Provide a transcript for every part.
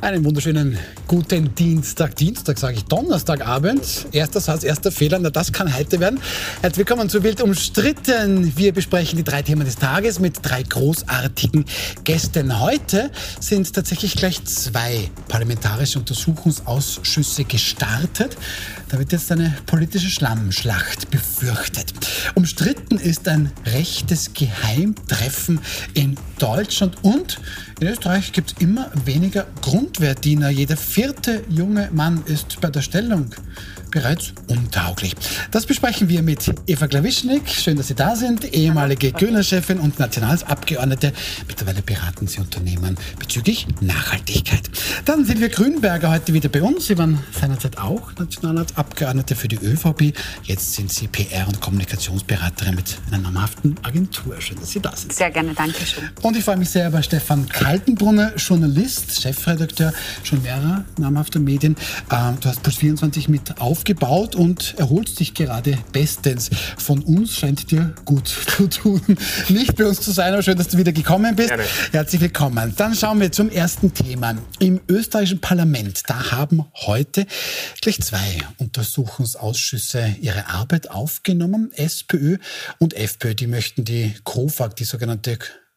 Einen wunderschönen guten Dienstag. Dienstag sage ich, Donnerstagabend. Erster Satz, erster Fehler. Na, das kann heute werden. Herzlich willkommen zu Wild umstritten. Wir besprechen die 3 Themen des Tages mit 3 großartigen Gästen. Heute sind tatsächlich gleich 2 parlamentarische Untersuchungsausschüsse gestartet. Da wird jetzt eine politische Schlammschlacht befürchtet. Umstritten ist ein rechtes Geheimtreffen in Deutschland und in Österreich gibt es immer weniger Grundwehrdiener. Jeder 4. junge Mann ist bei der Stellung bereits untauglich. Das besprechen wir mit Eva Klawischnik. Schön, dass Sie da sind. Ehemalige Grüner-Chefin und Nationalratsabgeordnete. Mittlerweile beraten Sie Unternehmen bezüglich Nachhaltigkeit. Dann sind wir Grünberger heute wieder bei uns. Sie waren seinerzeit auch Nationalratsabgeordnete für die ÖVP. Jetzt sind Sie PR- und Kommunikationsberaterin mit einer namhaften Agentur. Schön, dass Sie da sind. Sehr gerne, danke schön. Und ich freue mich sehr über Stefan Kaltenbrunner, Journalist, Chefredakteur schon mehrerer namhafter Medien. Du hast Puls 24 mit aufgebaut und erholst dich gerade bestens. Von uns scheint dir gut zu tun. Nicht bei uns zu sein, aber schön, dass du wieder gekommen bist. Gerne. Herzlich willkommen. Dann schauen wir zum ersten Thema. Im österreichischen Parlament, da haben heute gleich 2 Untersuchungsausschüsse ihre Arbeit aufgenommen. SPÖ und FPÖ, die möchten die KOFAG, die sogenannte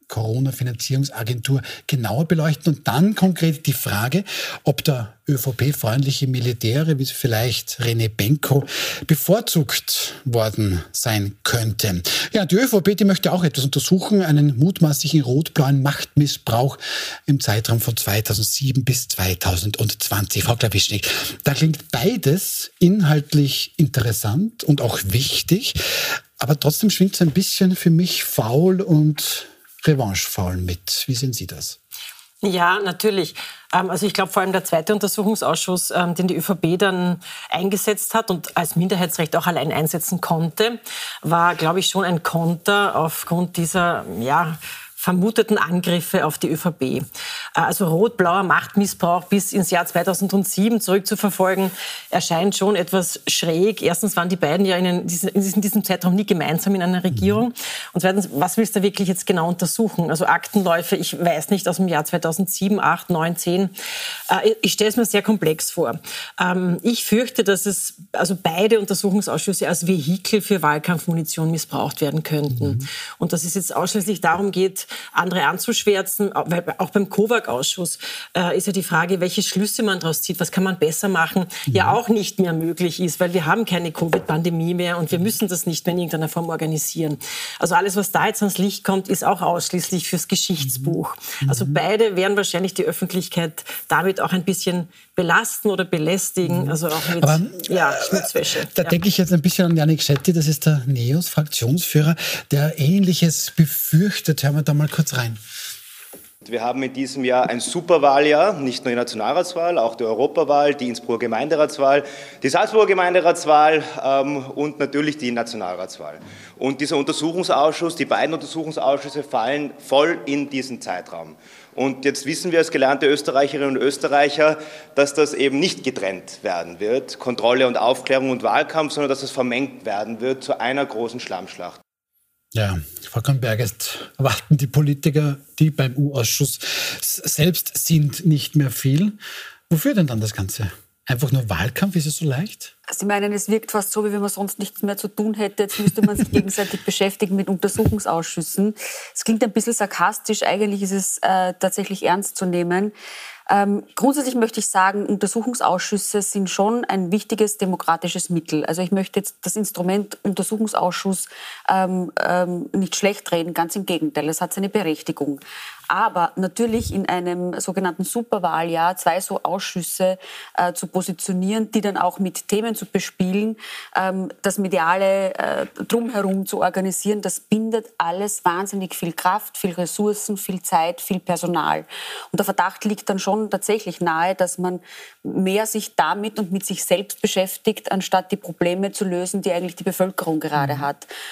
Corona-Finanzierungsagentur, genauer beleuchten und dann konkret die Frage, ob der ÖVP-freundliche Militäre, wie vielleicht René Benko, bevorzugt worden sein könnte. Ja, die ÖVP, die möchte auch etwas untersuchen, einen mutmaßlichen rot-blauen Machtmissbrauch im Zeitraum von 2007 bis 2020. Frau Klawischnik, da klingt beides inhaltlich interessant und auch wichtig, aber trotzdem schwingt es ein bisschen für mich faul und revanchefaul mit. Wie sehen Sie das? Ja, natürlich. Also ich glaube, vor allem der zweite Untersuchungsausschuss, den die ÖVP dann eingesetzt hat und als Minderheitsrecht auch allein einsetzen konnte, war, glaube ich, schon ein Konter aufgrund dieser, vermuteten Angriffe auf die ÖVP. Also rot-blauer Machtmissbrauch bis ins Jahr 2007 zurückzuverfolgen, erscheint schon etwas schräg. Erstens waren die beiden ja in diesem Zeitraum nie gemeinsam in einer Regierung. Und zweitens, was willst du wirklich jetzt genau untersuchen? Also Aktenläufe, ich weiß nicht, aus dem Jahr 2007, 8, 9, 10. Ich stelle es mir sehr komplex vor. Ich fürchte, dass beide Untersuchungsausschüsse als Vehikel für Wahlkampfmunition missbraucht werden könnten. Und dass es jetzt ausschließlich darum geht, andere anzuschwärzen. Auch beim COVAG-Ausschuss ist ja die Frage, welche Schlüsse man daraus zieht, was kann man besser machen, ja auch nicht mehr möglich ist, weil wir haben keine Covid-Pandemie mehr und wir müssen das nicht mehr in irgendeiner Form organisieren. Also alles, was da jetzt ans Licht kommt, ist auch ausschließlich fürs Geschichtsbuch. Also beide werden wahrscheinlich die Öffentlichkeit damit auch ein bisschen belasten oder belästigen, also auch mit Schmutzwäsche. Da denke ich jetzt ein bisschen an Janik Schetti, das ist der NEOS-Fraktionsführer, der Ähnliches befürchtet. Hören wir da mal kurz rein. Wir haben in diesem Jahr ein Superwahljahr, nicht nur die Nationalratswahl, auch die Europawahl, die Innsbrucker Gemeinderatswahl, die Salzburger Gemeinderatswahl und natürlich die Nationalratswahl. Und dieser Untersuchungsausschuss, die beiden Untersuchungsausschüsse fallen voll in diesen Zeitraum. Und jetzt wissen wir als gelernte Österreicherinnen und Österreicher, dass das eben nicht getrennt werden wird, Kontrolle und Aufklärung und Wahlkampf, sondern dass es vermengt werden wird zu einer großen Schlammschlacht. Ja, Frau Kronberger, erwarten die Politiker, die beim U-Ausschuss selbst sind, nicht mehr viel. Wofür denn dann das Ganze? Einfach nur Wahlkampf? Ist es so leicht? Sie meinen, es wirkt fast so, wie wenn man sonst nichts mehr zu tun hätte. Jetzt müsste man sich gegenseitig beschäftigen mit Untersuchungsausschüssen. Es klingt ein bisschen sarkastisch. Eigentlich ist es tatsächlich ernst zu nehmen. Grundsätzlich möchte ich sagen, Untersuchungsausschüsse sind schon ein wichtiges demokratisches Mittel. Also ich möchte jetzt das Instrument Untersuchungsausschuss nicht schlecht reden, ganz im Gegenteil, es hat seine Berechtigung. Aber natürlich in einem sogenannten Superwahljahr 2 so Ausschüsse zu positionieren, die dann auch mit Themen zu bespielen, das mediale Drumherum zu organisieren, das bindet alles wahnsinnig viel Kraft, viel Ressourcen, viel Zeit, viel Personal. Und der Verdacht liegt dann schon tatsächlich nahe, dass man mehr sich damit und mit sich selbst beschäftigt, anstatt die Probleme zu lösen, die eigentlich die Bevölkerung gerade hat.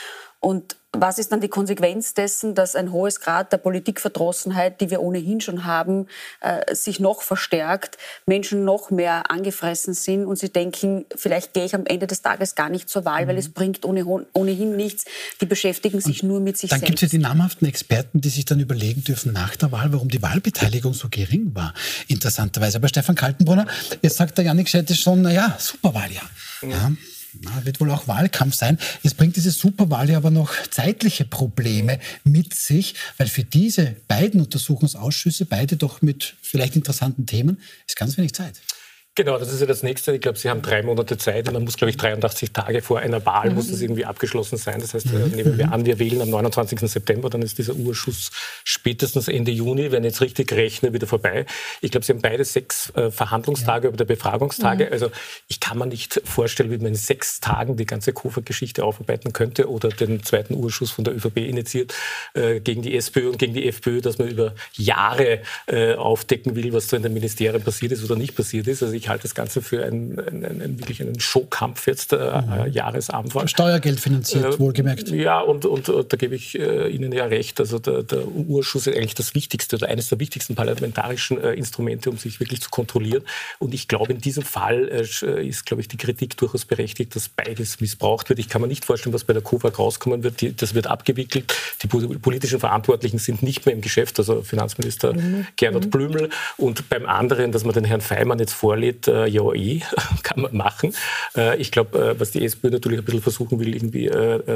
Und was ist dann die Konsequenz dessen, dass ein hohes Grad der Politikverdrossenheit, die wir ohnehin schon haben, sich noch verstärkt, Menschen noch mehr angefressen sind und sie denken, vielleicht gehe ich am Ende des Tages gar nicht zur Wahl, weil es bringt ohnehin nichts. Die beschäftigen sich nur mit sich selbst. Dann gibt es ja die namhaften Experten, die sich dann überlegen dürfen nach der Wahl, warum die Wahlbeteiligung so gering war, interessanterweise. Aber Stefan Kaltenbrunner, jetzt sagt der Jannik Scheites schon, naja, Superwahljahr. Ja. Wird wohl auch Wahlkampf sein. Jetzt bringt diese Superwahl ja aber noch zeitliche Probleme mit sich, weil für diese beiden Untersuchungsausschüsse, beide doch mit vielleicht interessanten Themen, ist ganz wenig Zeit. Genau, das ist ja das Nächste. Ich glaube, Sie haben 3 Monate Zeit und man muss, glaube ich, 83 Tage vor einer Wahl muss das irgendwie abgeschlossen sein. Das heißt, nehmen wir an, wir wählen am 29. September, dann ist dieser Urschuss spätestens Ende Juni, wenn ich jetzt richtig rechne, wieder vorbei. Ich glaube, Sie haben beide 6 Verhandlungstage oder Befragungstage. Also ich kann mir nicht vorstellen, wie man in 6 Tagen die ganze Koffer-Geschichte aufarbeiten könnte oder den zweiten Urschuss von der ÖVP initiiert gegen die SPÖ und gegen die FPÖ, dass man über Jahre aufdecken will, was da in den Ministerien passiert ist oder nicht passiert ist. Also ich halte das Ganze für wirklich einen Showkampf jetzt Jahresanfang. Steuergeld finanziert, wohlgemerkt. Ja, und da gebe ich Ihnen ja recht. Also der Urschuss ist eigentlich das Wichtigste oder eines der wichtigsten parlamentarischen Instrumente, um sich wirklich zu kontrollieren. Und ich glaube, in diesem Fall ist, glaube ich, die Kritik durchaus berechtigt, dass beides missbraucht wird. Ich kann mir nicht vorstellen, was bei der KOFAG rauskommen wird. Das wird abgewickelt. Die politischen Verantwortlichen sind nicht mehr im Geschäft, also Finanzminister Gernot Blümel. Und beim anderen, dass man den Herrn Feimann jetzt vorlädt, kann man machen. Ich glaube, was die SPÖ natürlich ein bisschen versuchen will, irgendwie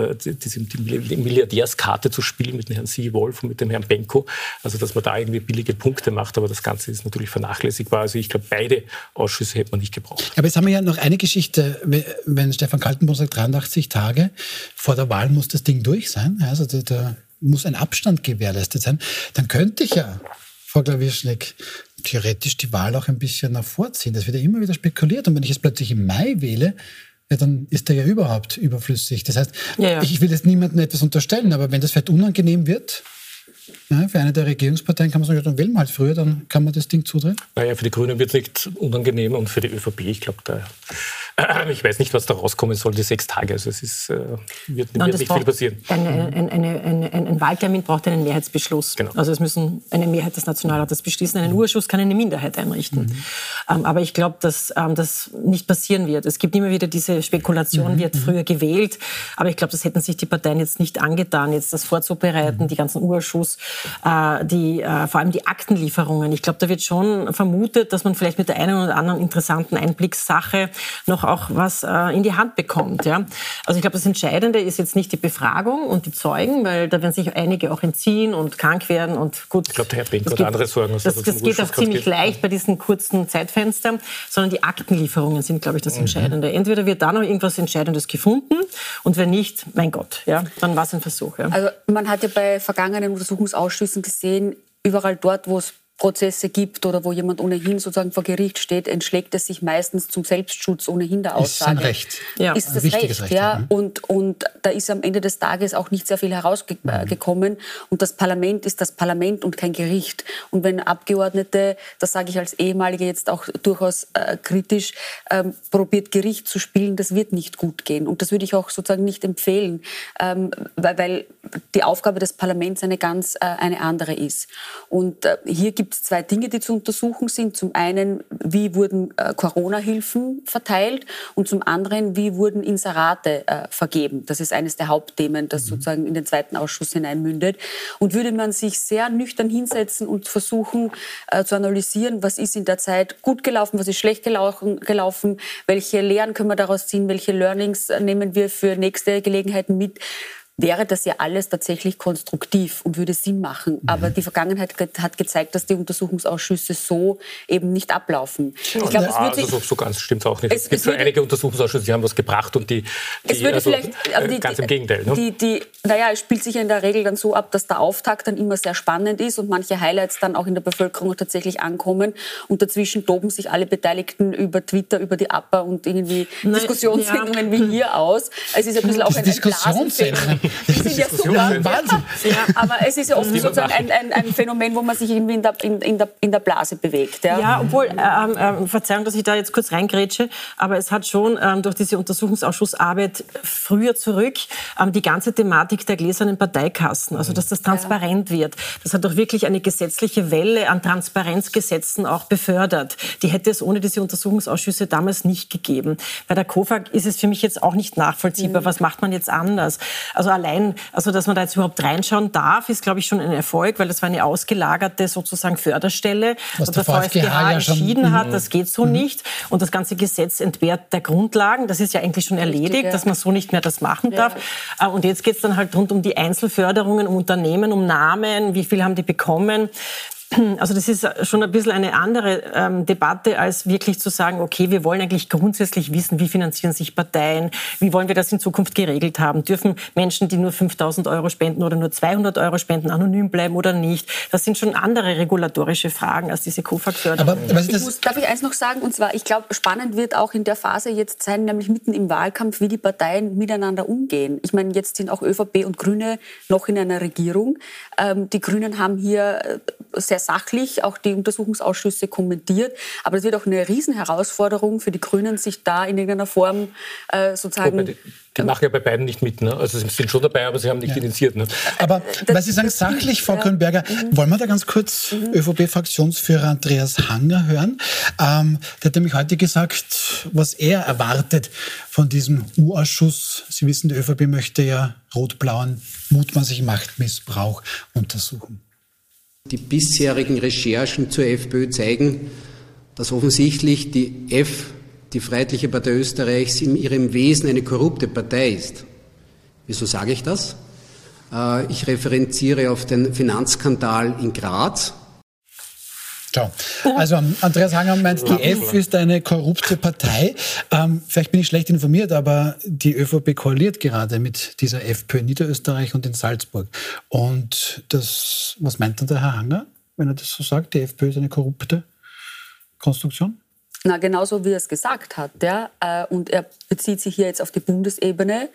die Milliardärskarte zu spielen mit dem Herrn Sigi-Wolf und mit dem Herrn Benko. Also, dass man da irgendwie billige Punkte macht. Aber das Ganze ist natürlich vernachlässigbar. Also, ich glaube, beide Ausschüsse hätte man nicht gebraucht. Aber jetzt haben wir ja noch eine Geschichte. Wenn Stefan Kaltenbrunner sagt, 83 Tage vor der Wahl muss das Ding durch sein. Also, da muss ein Abstand gewährleistet sein. Dann könnte ich ja, Frau Klawischnik, theoretisch die Wahl auch ein bisschen nach vorziehen. Das wird ja immer wieder spekuliert. Und wenn ich jetzt plötzlich im Mai wähle, ja, dann ist der ja überhaupt überflüssig. Das heißt, ich will jetzt niemandem etwas unterstellen, aber wenn das vielleicht unangenehm wird, ja, für eine der Regierungsparteien kann man sagen, dann wählen wir halt früher, dann kann man das Ding zudrehen. Naja, für die Grünen wird es nicht unangenehm und für die ÖVP, ich glaube, ich weiß nicht, was da rauskommen soll, die 6 Tage. Also es wird nicht viel passieren. Ein Wahltermin braucht einen Mehrheitsbeschluss. Genau. Also es müssen eine Mehrheit des Nationalrates beschließen. Einen Urschuss kann eine Minderheit einrichten. Aber ich glaube, dass das nicht passieren wird. Es gibt immer wieder diese Spekulation, wird früher gewählt. Aber ich glaube, das hätten sich die Parteien jetzt nicht angetan, jetzt das vorzubereiten, die ganzen Urschuss, vor allem die Aktenlieferungen. Ich glaube, da wird schon vermutet, dass man vielleicht mit der einen oder anderen interessanten Einblickssache noch auch was in die Hand bekommt. Ja? Also ich glaube, das Entscheidende ist jetzt nicht die Befragung und die Zeugen, weil da werden sich einige auch entziehen und krank werden. Und gut, ich glaube, der Herr Benko hat andere Sorgen. Das geht auch ziemlich leicht bei diesen kurzen Zeitfenstern, sondern die Aktenlieferungen sind, glaube ich, das Entscheidende. Entweder wird da noch irgendwas Entscheidendes gefunden und wenn nicht, mein Gott, ja, dann war es ein Versuch. Ja. Also man hat ja bei vergangenen Untersuchungsausschüssen gesehen, überall dort, wo es Prozesse gibt oder wo jemand ohnehin sozusagen vor Gericht steht, entschlägt es sich meistens zum Selbstschutz ohnehin der Aussage. Ist ein Recht. Ja. Ist das Recht, ja. Und da ist am Ende des Tages auch nicht sehr viel herausgekommen. Und das Parlament ist das Parlament und kein Gericht. Und wenn Abgeordnete, das sage ich als Ehemalige jetzt auch durchaus kritisch, probiert Gericht zu spielen, das wird nicht gut gehen. Und das würde ich auch sozusagen nicht empfehlen, weil die Aufgabe des Parlaments eine andere ist. Und hier gibt es 2 Dinge, die zu untersuchen sind. Zum einen, wie wurden Corona-Hilfen verteilt und zum anderen, wie wurden Inserate vergeben. Das ist eines der Hauptthemen, das sozusagen in den zweiten Ausschuss hineinmündet. Und würde man sich sehr nüchtern hinsetzen und versuchen zu analysieren, was ist in der Zeit gut gelaufen, was ist schlecht gelaufen, welche Lehren können wir daraus ziehen, welche Learnings nehmen wir für nächste Gelegenheiten mit, wäre das ja alles tatsächlich konstruktiv und würde Sinn machen. Aber die Vergangenheit hat gezeigt, dass die Untersuchungsausschüsse so eben nicht ablaufen. Ja, ich glaube, so ganz stimmt es auch nicht. Es gibt schon einige Untersuchungsausschüsse, die haben was gebracht und ganz im Gegenteil. Ne? Es spielt sich ja in der Regel dann so ab, dass der Auftakt dann immer sehr spannend ist und manche Highlights dann auch in der Bevölkerung tatsächlich ankommen und dazwischen toben sich alle Beteiligten über Twitter, über die APA und irgendwie Diskussionssendungen wie hier aus. Es ist ein bisschen auch ein Blasenfeld. Die sind ja super. Wahnsinn. Ja, aber es ist ja oft sozusagen ein Phänomen, wo man sich irgendwie in der Blase bewegt. Ja, obwohl, Verzeihung, dass ich da jetzt kurz reingrätsche, aber es hat schon durch diese Untersuchungsausschussarbeit früher zurück die ganze Thematik der gläsernen Parteikassen, also dass das transparent wird. Das hat doch wirklich eine gesetzliche Welle an Transparenzgesetzen auch befördert. Die hätte es ohne diese Untersuchungsausschüsse damals nicht gegeben. Bei der KOFAG ist es für mich jetzt auch nicht nachvollziehbar. Was macht man jetzt anders? Also allein, dass man da jetzt überhaupt reinschauen darf, ist, glaube ich, schon ein Erfolg, weil das war eine ausgelagerte sozusagen Förderstelle. Was der VfGH entschieden hat, das geht so nicht. Und das ganze Gesetz entbehrt der Grundlagen. Das ist ja eigentlich schon erledigt, dass man so nicht mehr das machen darf. Und jetzt geht es dann halt rund um die Einzelförderungen, um Unternehmen, um Namen, wie viel haben die bekommen. Also das ist schon ein bisschen eine andere Debatte, als wirklich zu sagen, okay, wir wollen eigentlich grundsätzlich wissen, wie finanzieren sich Parteien, wie wollen wir das in Zukunft geregelt haben. Dürfen Menschen, die nur 5.000 Euro spenden oder nur 200 Euro spenden, anonym bleiben oder nicht? Das sind schon andere regulatorische Fragen als diese KOFAG-Förderung. Darf ich eins noch sagen? Und zwar, ich glaube, spannend wird auch in der Phase jetzt sein, nämlich mitten im Wahlkampf, wie die Parteien miteinander umgehen. Ich meine, jetzt sind auch ÖVP und Grüne noch in einer Regierung. Die Grünen haben hier sehr sachlich auch die Untersuchungsausschüsse kommentiert. Aber es wird auch eine Riesenherausforderung für die Grünen, sich da in irgendeiner Form sozusagen... Die machen ja bei beiden nicht mit. Ne? Also sie sind schon dabei, aber sie haben nicht initiiert. Ne? Aber weil Sie sagen sachlich, Frau Kronberger, wollen wir da ganz kurz ÖVP-Fraktionsführer Andreas Hanger hören? Der hat nämlich heute gesagt, was er erwartet von diesem U-Ausschuss. Sie wissen, die ÖVP möchte ja rot-blauen mutmaßlichen Machtmissbrauch untersuchen. Die bisherigen Recherchen zur FPÖ zeigen, dass offensichtlich die Freiheitliche Partei Österreichs in ihrem Wesen eine korrupte Partei ist. Wieso sage ich das? Ich referenziere auf den Finanzskandal in Graz. Schau. Also Andreas Hanger meint, die FPÖ ist eine korrupte Partei. Vielleicht bin ich schlecht informiert, aber die ÖVP koaliert gerade mit dieser FPÖ in Niederösterreich und in Salzburg. Und was meint dann der Herr Hanger, wenn er das so sagt? Die FPÖ ist eine korrupte Konstruktion? Na, genauso wie er es gesagt hat. Ja. Und er bezieht sich hier jetzt auf die Bundesebene.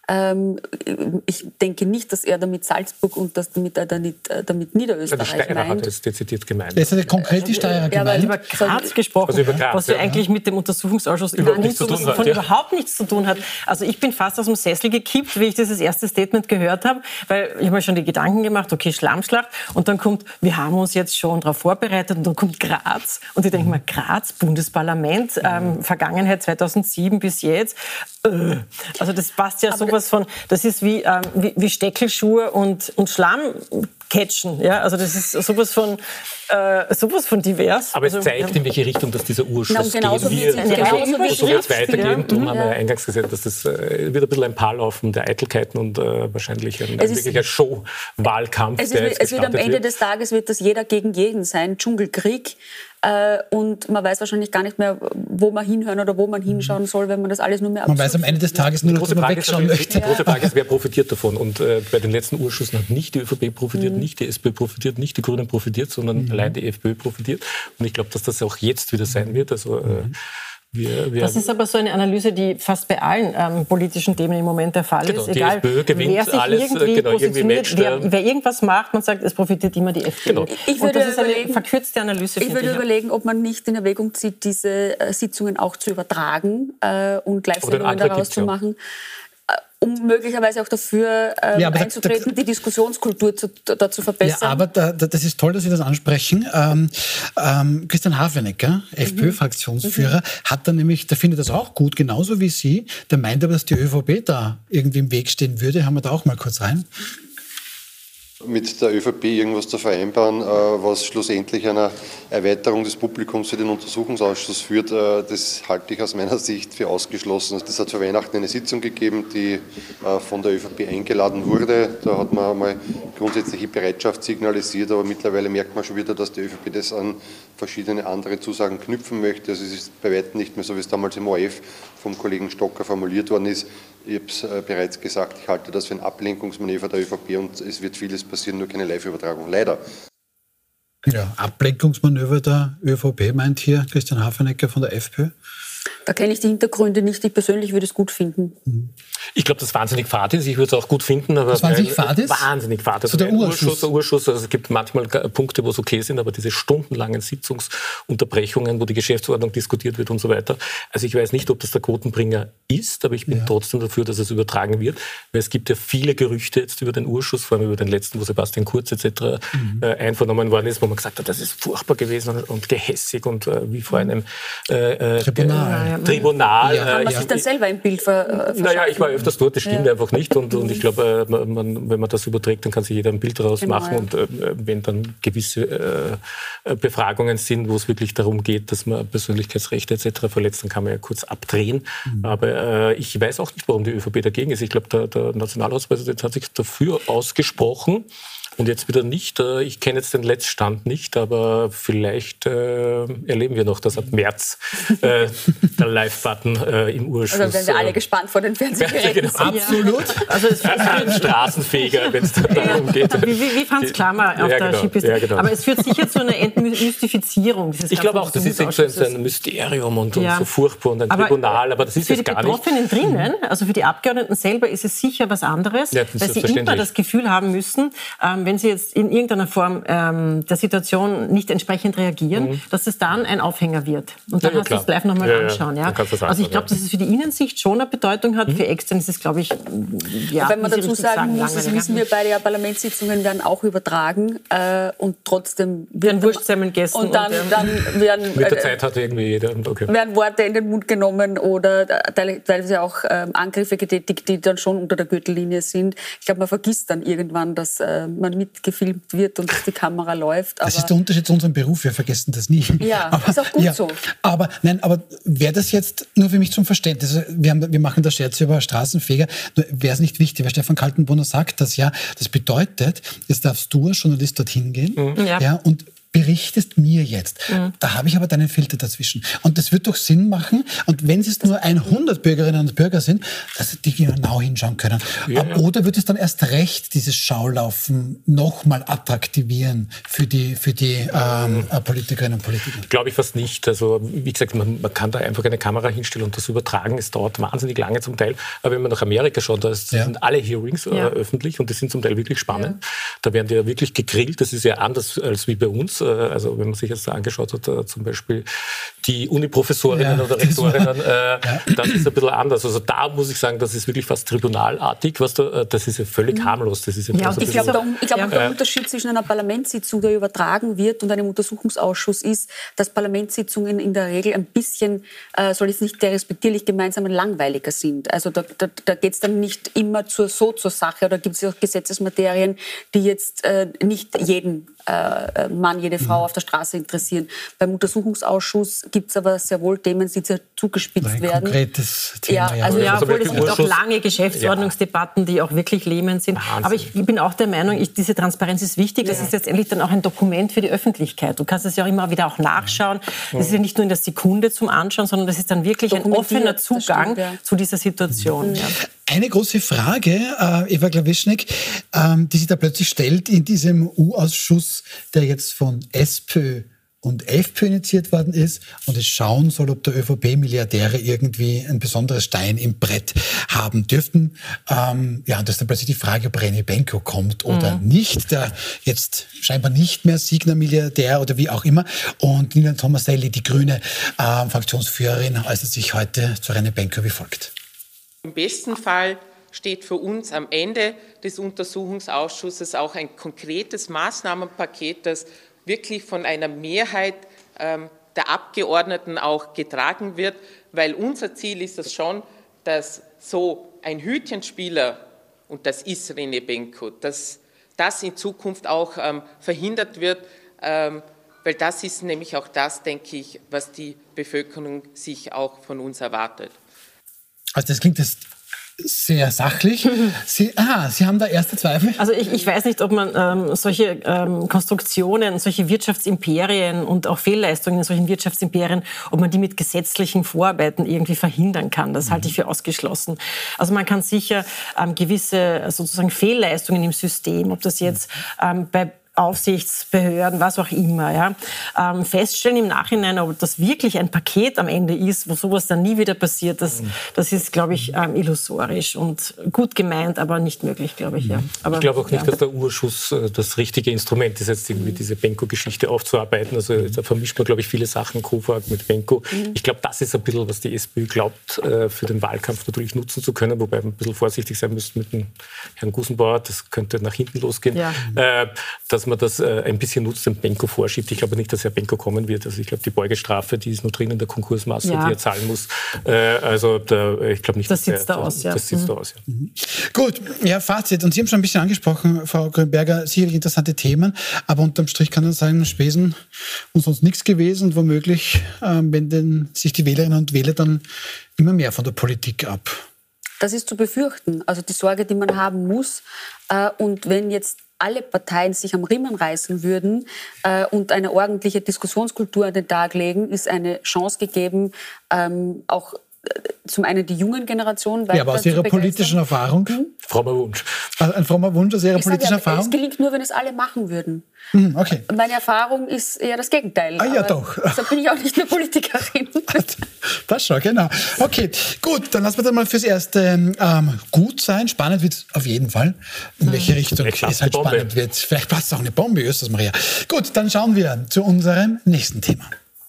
Ich denke nicht, dass er damit Salzburg und damit Niederösterreich meint. Der Steirer hat es dezidiert gemeint. Das ist konkret die Steirer gemeint. Über Graz gesprochen, also über Graz, was ja eigentlich mit dem Untersuchungsausschuss überhaupt nichts zu tun hat. Also ich bin fast aus dem Sessel gekippt, wie ich dieses erste Statement gehört habe, weil ich habe mir schon die Gedanken gemacht, okay, Schlammschlacht, und dann kommt, wir haben uns jetzt schon darauf vorbereitet, und dann kommt Graz, und ich denke mir, Graz, Bundesparlament, Vergangenheit 2007 bis jetzt, also das passt ja sowas von, das ist wie Steckelschuhe und Schlamm catchen, ja, also das ist sowas von divers. Aber es zeigt, in welche Richtung dass dieser Urschuss gehen wird. So wird es weitergehen. Darum haben wir ja eingangs gesagt, dass das wird ein bisschen ein Paarlaufen der Eitelkeiten und wahrscheinlich ein wirklicher Show-Wahlkampf. Es wird am Ende des Tages wird das jeder gegen jeden sein, Dschungelkrieg. Und man weiß wahrscheinlich gar nicht mehr, wo man hinhören oder wo man hinschauen soll, wenn man das alles nur mehr Man weiß am Ende des Tages nur noch, wo man wegschauen möchte. Die große Frage ist, wer profitiert davon? Und bei den letzten Urschüssen hat nicht die ÖVP profitiert, nicht die SPÖ profitiert, nicht die Grünen profitiert, sondern allein die FPÖ profitiert. Und ich glaube, dass das auch jetzt wieder sein wird. Also das ist aber so eine Analyse, die fast bei allen politischen Themen im Moment der Fall ist. Egal, die FPÖ gewinnt wer sich alles, irgendwie matcht. Wer irgendwas macht, man sagt, es profitiert immer die FPÖ. Genau. Und das ist eine verkürzte Analyse. Ich würde überlegen, ob man nicht in Erwägung zieht, diese Sitzungen auch zu übertragen und Live-Sendungen daraus zu machen. Um möglicherweise auch dafür einzutreten, die Diskussionskultur da zu verbessern. Ja, aber das ist toll, dass Sie das ansprechen. Christian Hafenecker, FPÖ-Fraktionsführer, hat dann nämlich, der findet das auch gut, genauso wie Sie. Der meint aber, dass die ÖVP da irgendwie im Weg stehen würde. Hören wir da auch mal kurz rein. Mit der ÖVP irgendwas zu vereinbaren, was schlussendlich einer Erweiterung des Publikums für den Untersuchungsausschuss führt, das halte ich aus meiner Sicht für ausgeschlossen. Es hat vor Weihnachten eine Sitzung gegeben, die von der ÖVP eingeladen wurde. Da hat man einmal grundsätzliche Bereitschaft signalisiert, aber mittlerweile merkt man schon wieder, dass die ÖVP das an verschiedene andere Zusagen knüpfen möchte. Also es ist bei weitem nicht mehr so, wie es damals im ORF vom Kollegen Stocker formuliert worden ist. Ich habe es bereits gesagt, ich halte das für ein Ablenkungsmanöver der ÖVP und es wird vieles passieren, nur keine Live-Übertragung. Leider. Ja, Ablenkungsmanöver der ÖVP meint hier Christian Hafenecker von der FPÖ. Da kenne ich die Hintergründe nicht. Ich persönlich würde es gut finden. Ich glaube, dass wahnsinnig fad ist. Ich würde es auch gut finden. Aber das wahnsinnig fad ist? Wahnsinnig fad. Also der Urschuss. Also es gibt manchmal Punkte, wo es okay sind, aber diese stundenlangen Sitzungsunterbrechungen, wo die Geschäftsordnung diskutiert wird und so weiter. Also ich weiß nicht, ob das der Quotenbringer ist, aber ich bin trotzdem dafür, dass es übertragen wird. Weil es gibt ja viele Gerüchte jetzt über den Urschuss, vor allem über den letzten, wo Sebastian Kurz etc. Einvernommen worden ist, wo man gesagt hat, das ist furchtbar gewesen und gehässig und wie vor einem Tribunal. Kann man sich dann selber ein Bild verschaffen? Naja, ich war öfters dort, das stimmt einfach nicht. Und ich glaube, wenn man das überträgt, dann kann sich jeder ein Bild daraus machen. Und wenn dann gewisse Befragungen sind, wo es wirklich darum geht, dass man Persönlichkeitsrechte etc. verletzt, dann kann man ja kurz abdrehen. Aber ich weiß auch nicht, warum die ÖVP dagegen ist. Ich glaube, der Nationalratspräsident hat sich dafür ausgesprochen. Und jetzt wieder nicht. Ich kenne jetzt den Letztstand nicht, aber vielleicht erleben wir noch, dass ab März der Live-Button im Urschuss... Also werden wir alle gespannt vor den Fernsehgeräten. Genau. Absolut. Also ein Straßenfeger, wenn es darum geht. Wie Franz Klammer auf der Skipiste. Ja, genau. Aber es führt sicher zu einer Entmystifizierung. Ich glaube auch, das ist so ein Mysterium und so furchtbar und ein Tribunal, aber das ist jetzt gar nicht. Für die Betroffenen drinnen, also für die Abgeordneten selber, ist es sicher was anderes, weil sie immer das Gefühl haben müssen, wenn sie jetzt in irgendeiner Form der Situation nicht entsprechend reagieren, dass es dann ein Aufhänger wird. Und dann kannst du es live nochmal anschauen. Ja. Also ich glaube, dass es für die Innensicht schon eine Bedeutung hat, für extern ist es, glaube ich, wenn man dazu sagen muss, das wissen wir beide, Parlamentssitzungen werden auch übertragen und trotzdem werden Wurstsemmeln gegessen. Und dann werden... Mit der Zeit hat irgendwie jeder... werden Worte in den Mund genommen oder teilweise auch Angriffe getätigt, die dann schon unter der Gürtellinie sind. Ich glaube, man vergisst dann irgendwann, dass man mitgefilmt wird und dass die Kamera läuft. Das ist der Unterschied zu unserem Beruf, wir vergessen das nie. Ja, aber, ist auch gut so. Aber wäre das jetzt nur für mich zum Verständnis, wir machen da Scherze über Straßenfeger, wäre es nicht wichtig, weil Stefan Kaltenbrunner sagt das ja, das bedeutet, jetzt darfst du als Journalist dorthin gehen und berichtest mir jetzt. Da habe ich aber deinen Filter dazwischen. Und das wird doch Sinn machen. Und wenn es nur 100 Bürgerinnen und Bürger sind, dass die genau hinschauen können. Oder wird es dann erst recht dieses Schaulaufen nochmal attraktivieren für die Politikerinnen und Politiker? Glaube ich fast nicht. Also wie gesagt, man kann da einfach eine Kamera hinstellen und das übertragen. Es dauert wahnsinnig lange zum Teil. Aber wenn man nach Amerika schaut, da sind alle Hearings öffentlich und die sind zum Teil wirklich spannend. Da werden die ja wirklich gegrillt. Das ist ja anders als wie bei uns. Also wenn man sich jetzt da angeschaut hat, zum Beispiel die Uniprofessorinnen oder Rektorinnen, das ist ein bisschen anders. Also da muss ich sagen, das ist wirklich fast tribunalartig. Das ist ja völlig harmlos. Das ist ja und ich glaube, der Unterschied zwischen einer Parlamentssitzung, die übertragen wird, und einem Untersuchungsausschuss ist, dass Parlamentssitzungen in der Regel ein bisschen, soll jetzt nicht derespektierlich gemeinsam, langweiliger sind. Also da geht es dann nicht immer zur Sache, oder gibt es auch Gesetzesmaterien, die jetzt nicht jeden Mann, jede Frau auf der Straße interessieren. Beim Untersuchungsausschuss gibt es aber sehr wohl Themen, die sehr zugespitzt werden. Konkretes Thema. Obwohl es gibt auch lange Geschäftsordnungsdebatten, die auch wirklich lähmend sind. Wahnsinn. Aber ich bin auch der Meinung, diese Transparenz ist wichtig. Das ist letztendlich dann auch ein Dokument für die Öffentlichkeit. Du kannst es ja auch immer wieder auch nachschauen. Das ist ja nicht nur in der Sekunde zum Anschauen, sondern das ist dann wirklich ein offener Zugang zu dieser Situation. Ja. Eine große Frage, Eva Klawischnik, die sich da plötzlich stellt in diesem U-Ausschuss, der jetzt von SPÖ und FPÖ initiiert worden ist und es schauen soll, ob der ÖVP-Milliardäre irgendwie ein besonderes Stein im Brett haben dürften. Und das ist dann plötzlich die Frage, ob René Benko kommt oder nicht. Der jetzt scheinbar nicht mehr Signa-Milliardär oder wie auch immer. Und Nina Tomaselli, die grüne Fraktionsführerin, äußert sich heute zu René Benko wie folgt. Im besten Fall steht für uns am Ende des Untersuchungsausschusses auch ein konkretes Maßnahmenpaket, das wirklich von einer Mehrheit der Abgeordneten auch getragen wird, weil unser Ziel ist es schon, dass so ein Hütchenspieler, und das ist René Benko, dass das in Zukunft auch verhindert wird, weil das ist nämlich auch das, denke ich, was die Bevölkerung sich auch von uns erwartet. Also das klingt jetzt sehr sachlich. Sie haben da erste Zweifel? Also ich weiß nicht, ob man solche Konstruktionen, solche Wirtschaftsimperien und auch Fehlleistungen in solchen Wirtschaftsimperien, ob man die mit gesetzlichen Vorarbeiten irgendwie verhindern kann. Das halte ich für ausgeschlossen. Also man kann sicher gewisse sozusagen Fehlleistungen im System, ob das jetzt Aufsichtsbehörden, was auch immer. Ja. Feststellen im Nachhinein, ob das wirklich ein Paket am Ende ist, wo sowas dann nie wieder passiert, das ist, glaube ich, illusorisch und gut gemeint, aber nicht möglich, glaube ich. Ja. Aber, ich glaube auch nicht, dass der Urschuss das richtige Instrument ist, jetzt irgendwie diese Benko-Geschichte aufzuarbeiten. Also da vermischt man, glaube ich, viele Sachen, Kofag mit Benko. Ich glaube, das ist ein bisschen, was die SPÖ glaubt, für den Wahlkampf natürlich nutzen zu können, wobei man ein bisschen vorsichtig sein müsste mit dem Herrn Gusenbauer, das könnte nach hinten losgehen, dass man das ein bisschen nutzt, den Benko vorschiebt. Ich glaube nicht, dass Herr Benko kommen wird. Also ich glaube, die Beugestrafe, die ist nur drin in der Konkursmasse, die er zahlen muss. Ich glaube nicht, das sitzt da aus. Ja. Das sitzt da aus, ja. Gut, ja, Fazit. Und Sie haben schon ein bisschen angesprochen, Frau Grünberger, sicherlich interessante Themen, aber unterm Strich kann man sagen, Spesen und sonst nichts gewesen und womöglich wenden sich die Wählerinnen und Wähler dann immer mehr von der Politik ab. Das ist zu befürchten, also die Sorge, die man haben muss. Und wenn jetzt alle Parteien sich am Riemen reißen würden und eine ordentliche Diskussionskultur an den Tag legen, ist eine Chance gegeben, auch zum einen die jungen Generationen weiter. Ja, aber aus Ihrer politischen Erfahrung? Frommer Wunsch. Ein frommer Wunsch aus Ihrer politischen Erfahrung? Es gelingt nur, wenn es alle machen würden. Okay. Meine Erfahrung ist eher das Gegenteil. Ja, doch. Deshalb bin ich auch nicht mehr Politikerin. Passt schon, genau. Okay, gut, dann lassen wir das mal fürs Erste gut sein. Spannend wird es auf jeden Fall. In welche Richtung es halt spannend wird. Vielleicht passt auch eine Bombe, Östers Maria. Gut, dann schauen wir zu unserem nächsten Thema.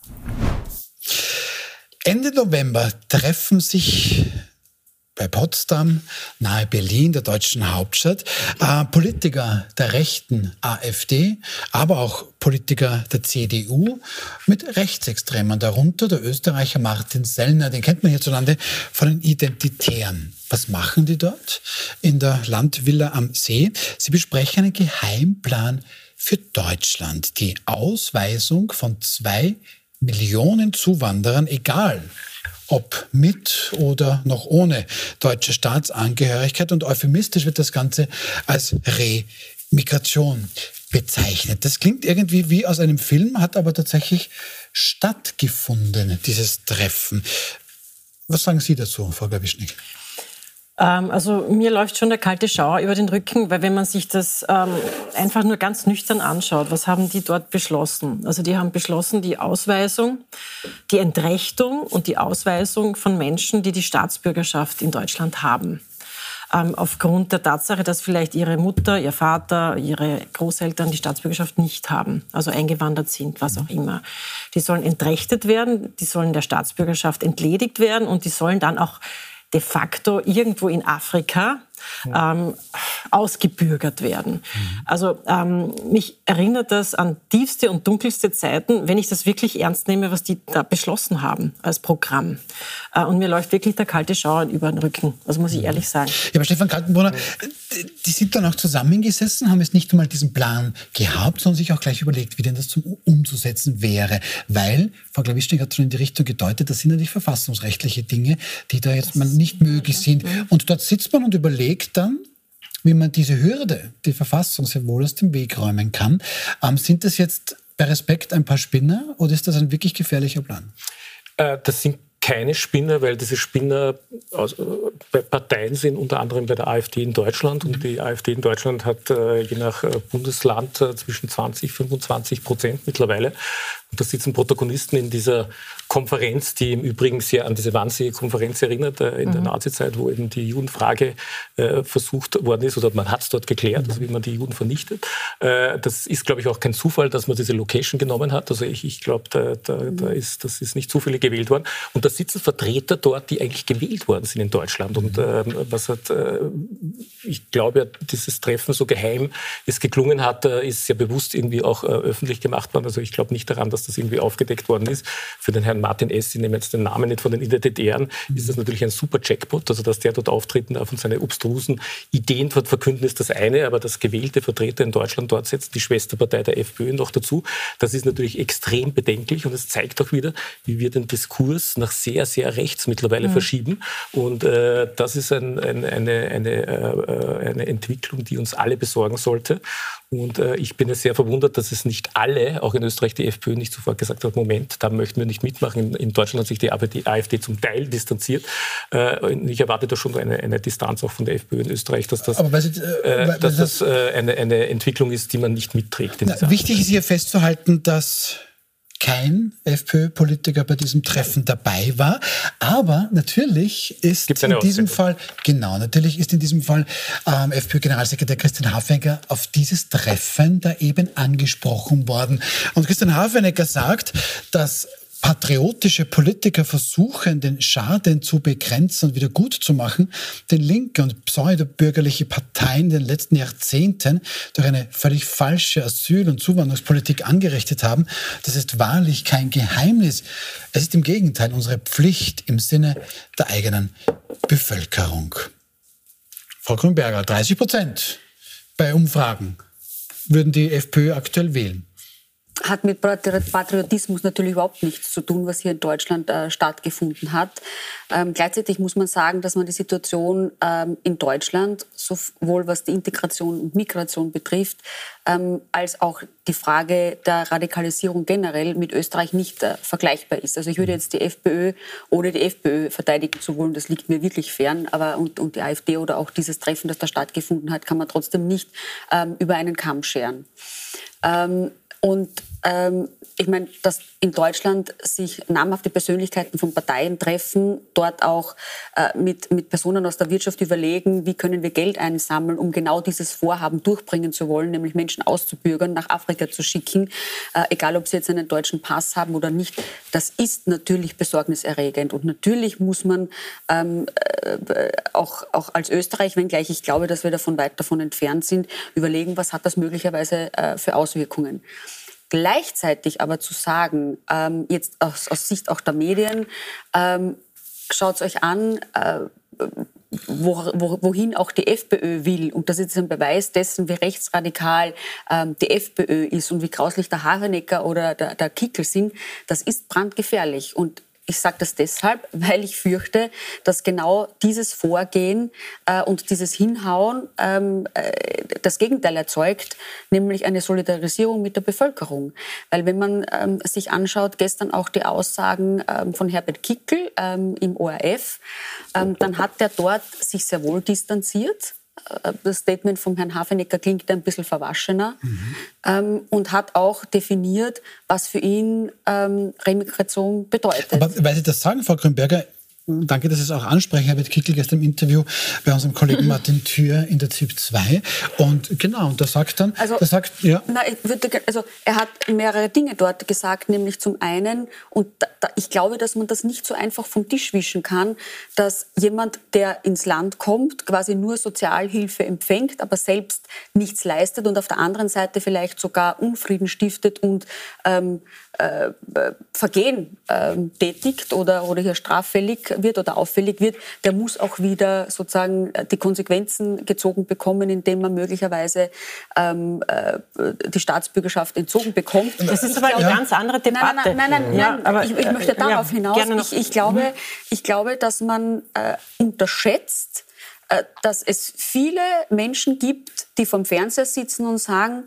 Ende November treffen sich bei Potsdam, nahe Berlin, der deutschen Hauptstadt, Politiker der rechten AfD, aber auch Politiker der CDU mit Rechtsextremen, darunter der Österreicher Martin Sellner, den kennt man hierzulande von den Identitären. Was machen die dort in der Landvilla am See? Sie besprechen einen Geheimplan für Deutschland, die Ausweisung von 2 Millionen Zuwanderern, egal ob mit oder noch ohne deutsche Staatsangehörigkeit. Und euphemistisch wird das Ganze als Remigration bezeichnet. Das klingt irgendwie wie aus einem Film, hat aber tatsächlich stattgefunden, dieses Treffen. Was sagen Sie dazu, Frau Babischnik? Also mir läuft schon der kalte Schauer über den Rücken, weil wenn man sich das einfach nur ganz nüchtern anschaut, was haben die dort beschlossen? Also die haben beschlossen, die Ausweisung, die Entrechtung und die Ausweisung von Menschen, die die Staatsbürgerschaft in Deutschland haben. Aufgrund der Tatsache, dass vielleicht ihre Mutter, ihr Vater, ihre Großeltern die Staatsbürgerschaft nicht haben, also eingewandert sind, was auch immer. Die sollen entrechtet werden, die sollen der Staatsbürgerschaft entledigt werden und die sollen dann auch de facto irgendwo in Afrika ausgebürgert werden. Also mich erinnert das an tiefste und dunkelste Zeiten, wenn ich das wirklich ernst nehme, was die da beschlossen haben als Programm. Und mir läuft wirklich der kalte Schauer über den Rücken, das muss ich ehrlich sagen. Ja, aber Stefan Kaltenbrunner, die sind dann auch zusammengesessen, haben jetzt nicht einmal diesen Plan gehabt, sondern sich auch gleich überlegt, wie denn das umzusetzen wäre. Weil, Frau Glawischnik hat schon in die Richtung gedeutet, das sind natürlich verfassungsrechtliche Dinge, die da jetzt mal nicht möglich sind. Und dort sitzt man und überlegt dann, wie man diese Hürde, die Verfassung sehr wohl aus dem Weg räumen kann. Sind das jetzt bei Respekt ein paar Spinner oder ist das ein wirklich gefährlicher Plan? Das sind keine Spinner, weil diese Spinner bei Parteien sind, unter anderem bei der AfD in Deutschland. Und die AfD in Deutschland hat je nach Bundesland zwischen 20-25% mittlerweile. Und da sitzen Protagonisten in dieser Konferenz, die im Übrigen sehr an diese Wannsee-Konferenz erinnert, in der Nazizeit, wo eben die Judenfrage versucht worden ist, oder man hat es dort geklärt, also wie man die Juden vernichtet. Das ist, glaube ich, auch kein Zufall, dass man diese Location genommen hat. Also ich glaube, das ist nicht zufällig gewählt worden. Und da sitzen Vertreter dort, die eigentlich gewählt worden sind in Deutschland. Und ich glaube, dieses Treffen so geheim es geklungen hat, ist sehr bewusst irgendwie auch öffentlich gemacht worden. Also ich glaube nicht daran, dass das irgendwie aufgedeckt worden ist. Für den Herrn Martin S., ich nehme jetzt den Namen nicht von den Identitären, ist das natürlich ein super Jackpot. Also dass der dort auftreten darf und seine obstrusen Ideen verkünden, ist das eine. Aber dass gewählte Vertreter in Deutschland dort sitzen, die Schwesterpartei der FPÖ noch dazu, das ist natürlich extrem bedenklich. Und es zeigt auch wieder, wie wir den Diskurs nach sehr, sehr rechts mittlerweile verschieben. Und das ist eine Entwicklung, die uns alle besorgen sollte. Und ich bin sehr verwundert, dass es nicht alle, auch in Österreich die FPÖ, nicht sofort gesagt hat, Moment, da möchten wir nicht mitmachen. In Deutschland hat sich die AfD zum Teil distanziert. Ich erwarte da schon eine Distanz auch von der FPÖ in Österreich, dass das, eine Entwicklung ist, die man nicht mitträgt. Wichtig ist hier festzuhalten, dass kein FPÖ-Politiker bei diesem Treffen dabei war. Aber natürlich ist in diesem Fall FPÖ-Generalsekretär Christian Hafenecker auf dieses Treffen da eben angesprochen worden. Und Christian Hafenecker sagt, dass patriotische Politiker versuchen, den Schaden zu begrenzen und wieder gut zu machen, den linke und pseudobürgerliche Parteien in den letzten Jahrzehnten durch eine völlig falsche Asyl- und Zuwanderungspolitik angerichtet haben. Das ist wahrlich kein Geheimnis. Es ist im Gegenteil unsere Pflicht im Sinne der eigenen Bevölkerung. Frau Grünberger, 30% bei Umfragen würden die FPÖ aktuell wählen. Hat mit Patriotismus natürlich überhaupt nichts zu tun, was hier in Deutschland stattgefunden hat. Gleichzeitig muss man sagen, dass man die Situation in Deutschland, sowohl was die Integration und Migration betrifft, als auch die Frage der Radikalisierung generell mit Österreich nicht vergleichbar ist. Also ich würde jetzt die FPÖ, ohne die FPÖ verteidigen zu wollen, das liegt mir wirklich fern, aber und die AfD oder auch dieses Treffen, das da stattgefunden hat, kann man trotzdem nicht über einen Kamm scheren. Ich meine, dass in Deutschland sich namhafte Persönlichkeiten von Parteien treffen, dort auch mit Personen aus der Wirtschaft überlegen, wie können wir Geld einsammeln, um genau dieses Vorhaben durchbringen zu wollen, nämlich Menschen auszubürgern, nach Afrika zu schicken, egal ob sie jetzt einen deutschen Pass haben oder nicht. Das ist natürlich besorgniserregend. Und natürlich muss man auch als Österreich, wenngleich ich glaube, dass wir weit davon entfernt sind, überlegen, was hat das möglicherweise für Auswirkungen. Gleichzeitig aber zu sagen, jetzt aus Sicht auch der Medien, schaut es euch an, wohin auch die FPÖ will. Und das ist ein Beweis dessen, wie rechtsradikal die FPÖ ist und wie grauslich der Hafenecker oder der Kickl sind. Das ist brandgefährlich. Und ich sage das deshalb, weil ich fürchte, dass genau dieses Vorgehen und dieses Hinhauen das Gegenteil erzeugt, nämlich eine Solidarisierung mit der Bevölkerung. Weil wenn man sich anschaut, gestern auch die Aussagen von Herbert Kickl im ORF, dann hat der dort sich sehr wohl distanziert. Das Statement vom Herrn Hafenecker klingt ein bisschen verwaschener und hat auch definiert, was für ihn Remigration bedeutet. Aber weil Sie das sagen, Frau Grünberger, danke, dass Sie es auch ansprechen. Herbert Kickl gestern im Interview bei unserem Kollegen Martin Thür in der ZIP 2. Und genau, und da sagt dann... er hat mehrere Dinge dort gesagt, nämlich zum einen, und ich glaube, dass man das nicht so einfach vom Tisch wischen kann, dass jemand, der ins Land kommt, quasi nur Sozialhilfe empfängt, aber selbst nichts leistet und auf der anderen Seite vielleicht sogar Unfrieden stiftet und Vergehen tätigt oder hier straffällig wird oder auffällig wird, der muss auch wieder sozusagen die Konsequenzen gezogen bekommen, indem man möglicherweise die Staatsbürgerschaft entzogen bekommt. Das ist aber eine ganz andere Debatte. Nein, aber ich möchte darauf hinaus. Ich glaube, dass man unterschätzt, dass es viele Menschen gibt, die vom Fernseher sitzen und sagen,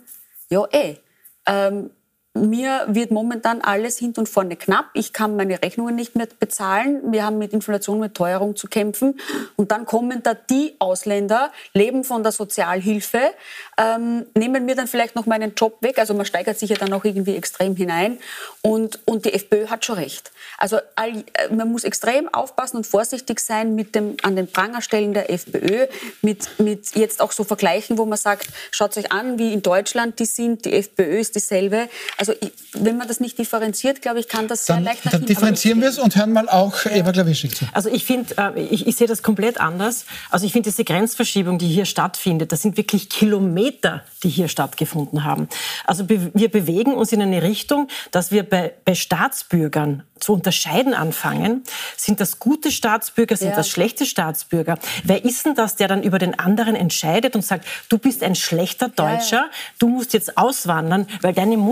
mir wird momentan alles hinten und vorne knapp. Ich kann meine Rechnungen nicht mehr bezahlen. Wir haben mit Inflation, mit Teuerung zu kämpfen. Und dann kommen da die Ausländer, leben von der Sozialhilfe, nehmen mir dann vielleicht noch meinen Job weg. Also man steigert sich ja dann auch irgendwie extrem hinein. Und die FPÖ hat schon recht. Also man muss extrem aufpassen und vorsichtig sein mit dem an den Prangerstellen der FPÖ, mit jetzt auch so Vergleichen, wo man sagt, schaut euch an, wie in Deutschland die sind, die FPÖ ist dieselbe. Also wenn man das nicht differenziert, glaube ich, kann das sehr leicht nach hinten. Dann differenzieren wir es und hören mal auch Eva Glawischnik zu. Also ich finde, ich sehe das komplett anders. Also ich finde diese Grenzverschiebung, die hier stattfindet, das sind wirklich Kilometer, die hier stattgefunden haben. Also wir bewegen uns in eine Richtung, dass wir bei Staatsbürgern zu unterscheiden anfangen. Sind das gute Staatsbürger, sind das schlechte Staatsbürger? Wer ist denn das, der dann über den anderen entscheidet und sagt, du bist ein schlechter Deutscher, du musst jetzt auswandern, weil deine Mutter ist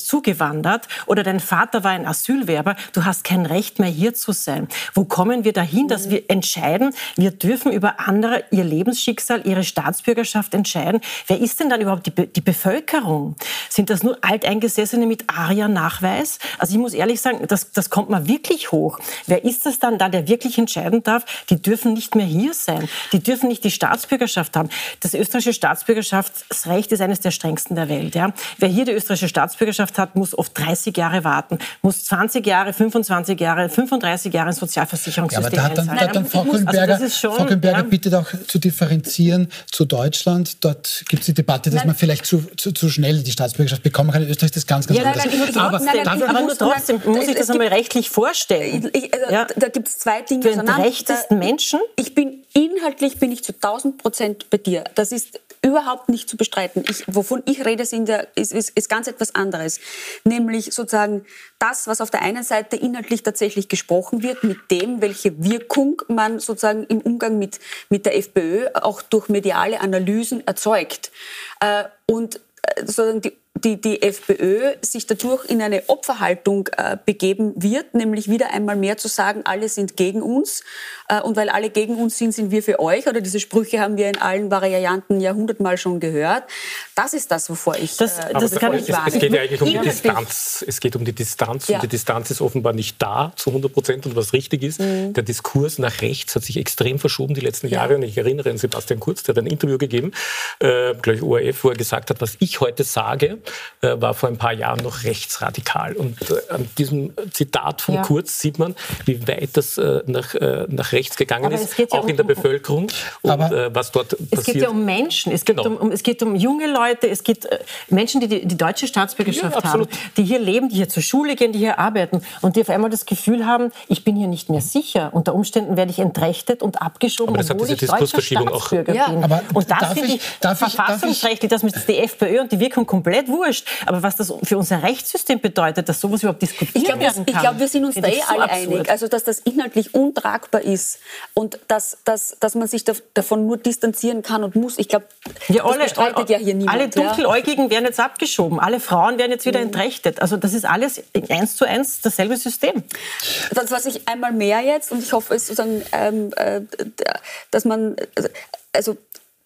jetzt zugewandert oder dein Vater war ein Asylwerber, du hast kein Recht mehr hier zu sein. Wo kommen wir dahin, dass wir entscheiden, wir dürfen über andere ihr Lebensschicksal, ihre Staatsbürgerschaft entscheiden? Wer ist denn dann überhaupt die Bevölkerung? Sind das nur Alteingesessene mit ARIA-Nachweis? Also ich muss ehrlich sagen, das kommt mir wirklich hoch. Wer ist das dann da, der wirklich entscheiden darf? Die dürfen nicht mehr hier sein. Die dürfen nicht die Staatsbürgerschaft haben. Das österreichische Staatsbürgerschaftsrecht ist eines der strengsten der Welt. Ja? Wer hier die österreichische Staatsbürgerschaft hat, muss oft 30 Jahre warten, muss 20 Jahre, 25 Jahre, 35 Jahre ins Sozialversicherungssystem einzahlen. Aber da hat dann Frau Grünberger bittet auch zu differenzieren zu Deutschland. Dort gibt es die Debatte, dass man vielleicht zu schnell die Staatsbürgerschaft bekommen kann. In Österreich ist das ganz anders. Aber nur trotzdem muss ich das einmal rechtlich vorstellen. Da gibt es zwei Dinge. Für den rechtesten Menschen? Inhaltlich bin ich zu 1000% bei dir. Das ist überhaupt nicht zu bestreiten. Wovon ich rede, ist ganz etwas anderes. Nämlich sozusagen das, was auf der einen Seite inhaltlich tatsächlich gesprochen wird, mit dem, welche Wirkung man sozusagen im Umgang mit der FPÖ auch durch mediale Analysen erzeugt. Und sozusagen die FPÖ sich dadurch in eine Opferhaltung begeben wird, nämlich wieder einmal mehr zu sagen, alle sind gegen uns und weil alle gegen uns sind wir für euch, oder diese Sprüche haben wir in allen Varianten ja 100-mal schon gehört. Das ist das, wovor ich das kann ich wahrnehmen. Es geht ja eigentlich um die Distanz. Es geht um die Distanz und die Distanz ist offenbar nicht da zu 100% und was richtig ist. Der Diskurs nach rechts hat sich extrem verschoben die letzten Jahre und ich erinnere an Sebastian Kurz, der hat ein Interview gegeben, glaube ich ORF, wo er gesagt hat, was ich heute sage, war vor ein paar Jahren noch rechtsradikal. Und an diesem Zitat von Kurz sieht man, wie weit das nach rechts gegangen ist, auch in der Bevölkerung und was dort passiert. Es geht ja um Menschen, es geht um junge Leute, es geht Menschen, die deutsche Staatsbürgerschaft haben, die hier leben, die hier zur Schule gehen, die hier arbeiten und die auf einmal das Gefühl haben, ich bin hier nicht mehr sicher. Unter Umständen werde ich entrechtet und abgeschoben, obwohl ich deutscher Staatsbürger bin. Und das finde ich verfassungsrechtlich, das mit der FPÖ und die Wirkung komplett wurscht. Aber was das für unser Rechtssystem bedeutet, dass sowas überhaupt diskutiert werden kann. Ich glaube, wir sind uns alle einig. Also, dass das inhaltlich untragbar ist und dass man sich davon nur distanzieren kann und muss. Ich glaube, das bestreitet ja hier niemand. Alle Dunkeläugigen werden jetzt abgeschoben. Alle Frauen werden jetzt wieder entrechtet. Also das ist alles 1:1 dasselbe System. Das, was ich einmal mehr jetzt, und ich hoffe, es sozusagen, dass man, also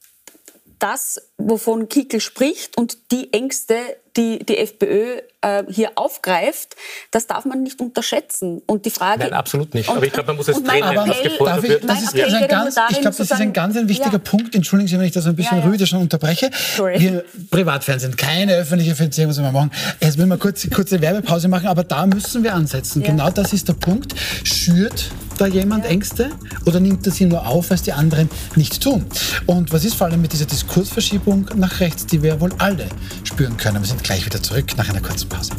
das, wovon Kickl spricht und die Ängste, die die FPÖ hier aufgreift, das darf man nicht unterschätzen. Und die Frage... Nein, absolut nicht. Aber ich glaube, man muss es trennen, was gefordert wird. Ich glaube, das ist ein ganz wichtiger Punkt. Entschuldigen Sie, wenn ich das ein bisschen rüde schon unterbreche. Wir Privatfernsehen, keine öffentliche Finanzierung, was wir machen. Jetzt müssen wir kurze Werbepause machen, aber da müssen wir ansetzen. Ja. Genau das ist der Punkt. Schürt da jemand Ängste oder nimmt er sie nur auf, weil es die anderen nicht tun? Und was ist vor allem mit dieser Diskursverschiebung nach rechts, die wir wohl alle spüren können? Wir sind gleich wieder zurück nach einer kurzen Pause.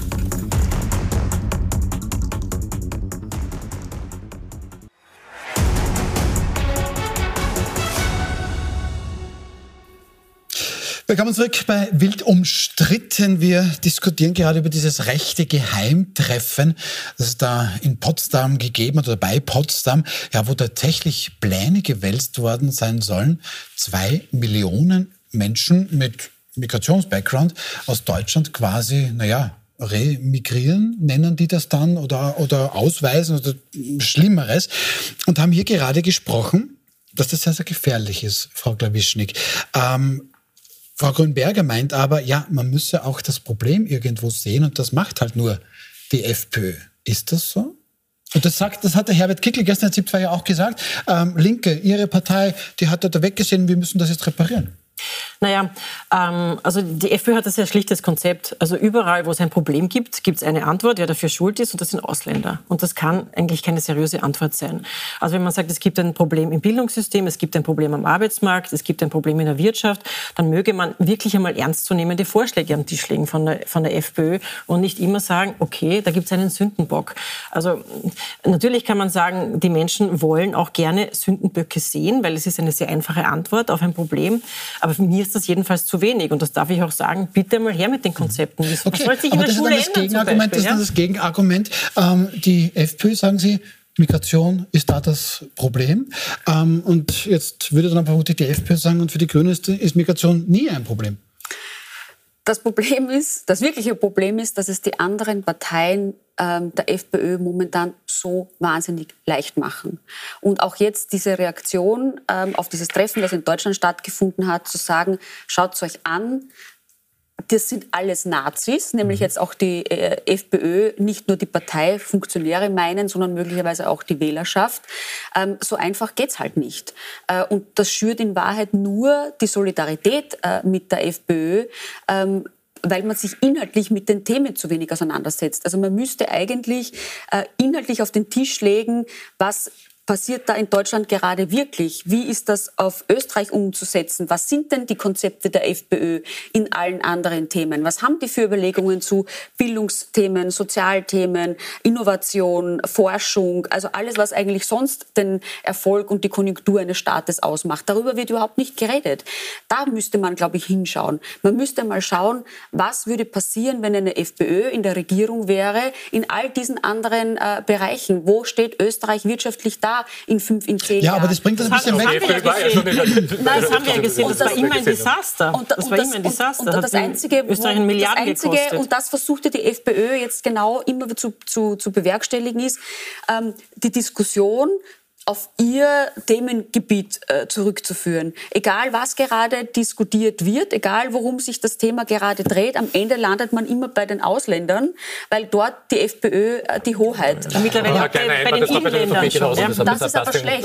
Willkommen zurück bei Wild umstritten. Wir diskutieren gerade über dieses rechte Geheimtreffen, das es da in Potsdam gegeben hat oder bei Potsdam, ja, wo tatsächlich Pläne gewälzt worden sein sollen, 2 Millionen Menschen mit Migrationsbackground aus Deutschland quasi, remigrieren, nennen die das dann, oder ausweisen oder Schlimmeres, und haben hier gerade gesprochen, dass das sehr, sehr gefährlich ist, Frau Klawischnik. Frau Grünberger meint aber, ja, man müsse auch das Problem irgendwo sehen und das macht halt nur die FPÖ. Ist das so? Und das hat der Herbert Kickl gestern in ZIP 2 ja auch gesagt. Linke, Ihre Partei, die hat da weggesehen, wir müssen das jetzt reparieren. Naja, also die FPÖ hat ein sehr schlichtes Konzept. Also überall, wo es ein Problem gibt, gibt es eine Antwort, wer dafür schuld ist, und das sind Ausländer. Und das kann eigentlich keine seriöse Antwort sein. Also wenn man sagt, es gibt ein Problem im Bildungssystem, es gibt ein Problem am Arbeitsmarkt, es gibt ein Problem in der Wirtschaft, dann möge man wirklich einmal ernstzunehmende Vorschläge am Tisch legen von der FPÖ und nicht immer sagen, okay, da gibt es einen Sündenbock. Also natürlich kann man sagen, die Menschen wollen auch gerne Sündenböcke sehen, weil es ist eine sehr einfache Antwort auf ein Problem. Aber für mich ist das jedenfalls zu wenig. Und das darf ich auch sagen, bitte mal her mit den Konzepten. Okay, aber das ist dann das Gegenargument. Die FPÖ, sagen Sie, Migration ist da das Problem. Und jetzt würde dann vermutlich die FPÖ sagen, und für die Grünen ist Migration nie ein Problem. das wirkliche Problem ist, dass es die anderen Parteien der FPÖ momentan so wahnsinnig leicht machen. Und auch jetzt diese Reaktion auf dieses Treffen, das in Deutschland stattgefunden hat, zu sagen, schaut es euch an, das sind alles Nazis, nämlich jetzt auch die FPÖ, nicht nur die Parteifunktionäre meinen, sondern möglicherweise auch die Wählerschaft. So einfach geht's halt nicht. Und das schürt in Wahrheit nur die Solidarität mit der FPÖ, weil man sich inhaltlich mit den Themen zu wenig auseinandersetzt. Also man müsste eigentlich inhaltlich auf den Tisch legen, was passiert da in Deutschland gerade wirklich? Wie ist das auf Österreich umzusetzen? Was sind denn die Konzepte der FPÖ in allen anderen Themen? Was haben die für Überlegungen zu Bildungsthemen, Sozialthemen, Innovation, Forschung? Also alles, was eigentlich sonst den Erfolg und die Konjunktur eines Staates ausmacht. Darüber wird überhaupt nicht geredet. Da müsste man, glaube ich, hinschauen. Man müsste mal schauen, was würde passieren, wenn eine FPÖ in der Regierung wäre, in all diesen anderen Bereichen. Wo steht Österreich wirtschaftlich da in 5, in 10 Jahren? Ja, aber das bringt das ein bisschen weg. Das haben wir ja gesehen. Das war immer ein Desaster. Und das Einzige, gekostet. und das versuchte die FPÖ jetzt genau immer zu bewerkstelligen, ist die Diskussion auf ihr Themengebiet zurückzuführen. Egal, was gerade diskutiert wird, egal, worum sich das Thema gerade dreht, am Ende landet man immer bei den Ausländern, weil dort die FPÖ die Hoheit hat. Mittlerweile bei den Inländern schon. Das ist aber schlecht.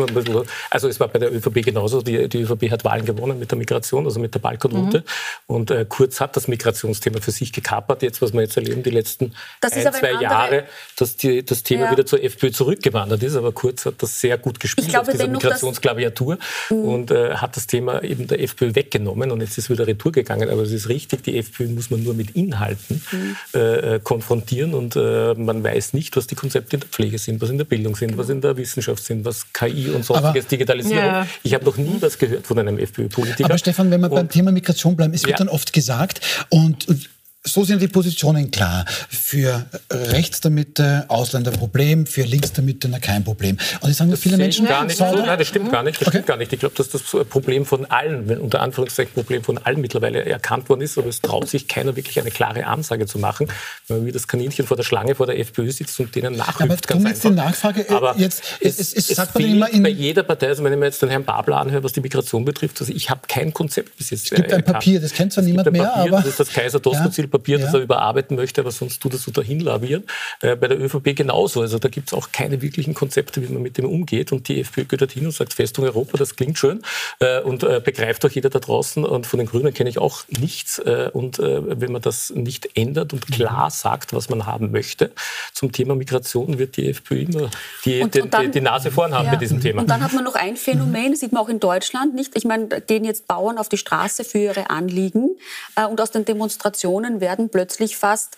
Also es war bei der ÖVP genauso. Die ÖVP hat Wahlen gewonnen mit der Migration, also mit der Balkonroute. Und Kurz hat das Migrationsthema für sich gekapert. Jetzt, was wir jetzt erleben, die letzten 1-2 Jahre, dass das Thema wieder zur FPÖ zurückgewandert ist. Aber Kurz hat das sehr gut gespielt auf dieser Migrationsklaviatur und hat das Thema eben der FPÖ weggenommen und jetzt ist wieder retour gegangen. Aber es ist richtig, die FPÖ muss man nur mit Inhalten konfrontieren und man weiß nicht, was die Konzepte in der Pflege sind, was in der Bildung sind, was in der Wissenschaft sind, was KI und sonstiges, Digitalisierung. Ja. Ich habe noch nie was gehört von einem FPÖ-Politiker. Aber Stefan, wenn wir beim Thema Migration bleiben, es wird dann oft gesagt und so sind die Positionen klar. Für rechts der Mitte Ausländerproblem, für links der Mitte kein Problem. Und ich sagen viele Menschen... Nein, das stimmt gar nicht. Stimmt gar nicht. Ich glaube, dass das Problem von allen, wenn unter Anführungszeichen Problem von allen mittlerweile erkannt worden ist, aber es traut sich keiner wirklich eine klare Ansage zu machen, weil man wie das Kaninchen vor der Schlange vor der FPÖ sitzt und denen nachhüpft. Aber ganz einfach. Die Nachfrage, aber es sagt man fehlt immer bei jeder Partei, also wenn ich mir jetzt den Herrn Babler anhöre, was die Migration betrifft, also ich habe kein Konzept bis jetzt. Es gibt ein Papier, das kennt zwar niemand mehr, aber... Das ist das Kaiser-Doskozil-Papier, das er überarbeiten möchte, aber sonst tut er so dahin lavieren. Bei der ÖVP genauso. Also da gibt es auch keine wirklichen Konzepte, wie man mit dem umgeht. Und die FPÖ geht dorthin und sagt, Festung Europa, das klingt schön. Und begreift auch jeder da draußen. Und von den Grünen kenne ich auch nichts. Und wenn man das nicht ändert und klar sagt, was man haben möchte, zum Thema Migration wird die FPÖ immer die Nase vorn haben bei diesem Thema. Und dann hat man noch ein Phänomen, das sieht man auch in Deutschland nicht. Ich meine, da gehen jetzt Bauern auf die Straße für ihre Anliegen. Und aus den Demonstrationen werden plötzlich fast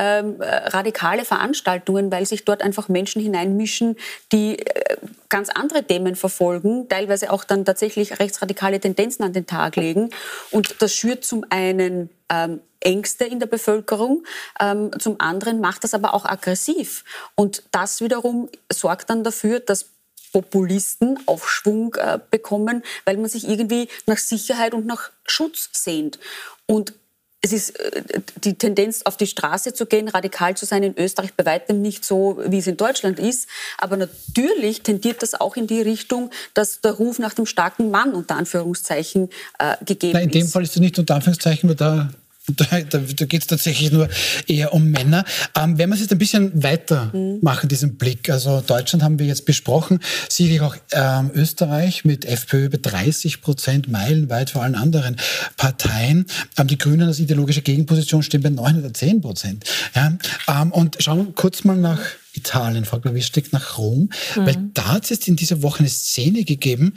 radikale Veranstaltungen, weil sich dort einfach Menschen hineinmischen, die ganz andere Themen verfolgen, teilweise auch dann tatsächlich rechtsradikale Tendenzen an den Tag legen. Und das schürt zum einen Ängste in der Bevölkerung, zum anderen macht das aber auch aggressiv. Und das wiederum sorgt dann dafür, dass Populisten Aufschwung bekommen, weil man sich irgendwie nach Sicherheit und nach Schutz sehnt. Und es ist die Tendenz, auf die Straße zu gehen, radikal zu sein, in Österreich bei weitem nicht so, wie es in Deutschland ist. Aber natürlich tendiert das auch in die Richtung, dass der Ruf nach dem starken Mann, unter Anführungszeichen, gegeben ist. In dem Fall ist es nicht unter Anführungszeichen, weil da geht es tatsächlich nur eher um Männer. Wenn wir es jetzt ein bisschen weiter machen, diesen Blick, also Deutschland haben wir jetzt besprochen, sicherlich auch Österreich mit FPÖ über 30%, meilenweit vor allen anderen Parteien. Die Grünen als ideologische Gegenposition stehen bei 9 oder 10%. Ja? Und schauen wir kurz mal nach Italien, fragt man, wie steckt nach Rom? Weil da hat es jetzt in dieser Woche eine Szene gegeben,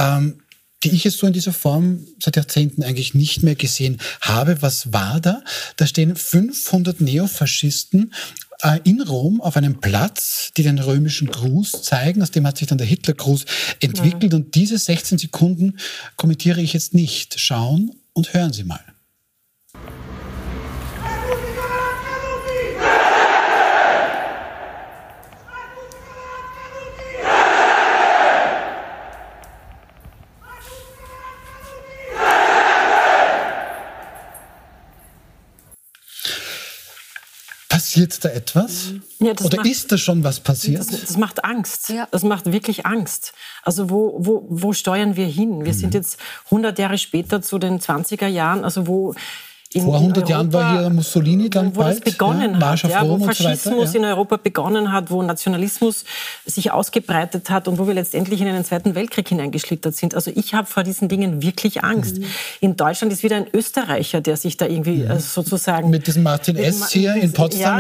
die ich jetzt so in dieser Form seit Jahrzehnten eigentlich nicht mehr gesehen habe. Was war da? Da stehen 500 Neofaschisten in Rom auf einem Platz, die den römischen Gruß zeigen. Aus dem hat sich dann der Hitlergruß entwickelt. Und diese 16 Sekunden kommentiere ich jetzt nicht. Schauen und hören Sie mal. Passiert da etwas? Ja, Oder ist da schon was passiert? Das macht Angst. Ja. Das macht wirklich Angst. Also wo steuern wir hin? Wir sind jetzt 100 Jahre später zu den 20er Jahren, also wo vor 100 Jahren war hier Mussolini dann wo das begonnen hat, wo Faschismus in Europa begonnen hat, wo Nationalismus sich ausgebreitet hat und wo wir letztendlich in einen Zweiten Weltkrieg hineingeschlittert sind. Also ich habe vor diesen Dingen wirklich Angst. In Deutschland ist wieder ein Österreicher, der sich da irgendwie sozusagen... Mit diesem Martin S. hier in Potsdam,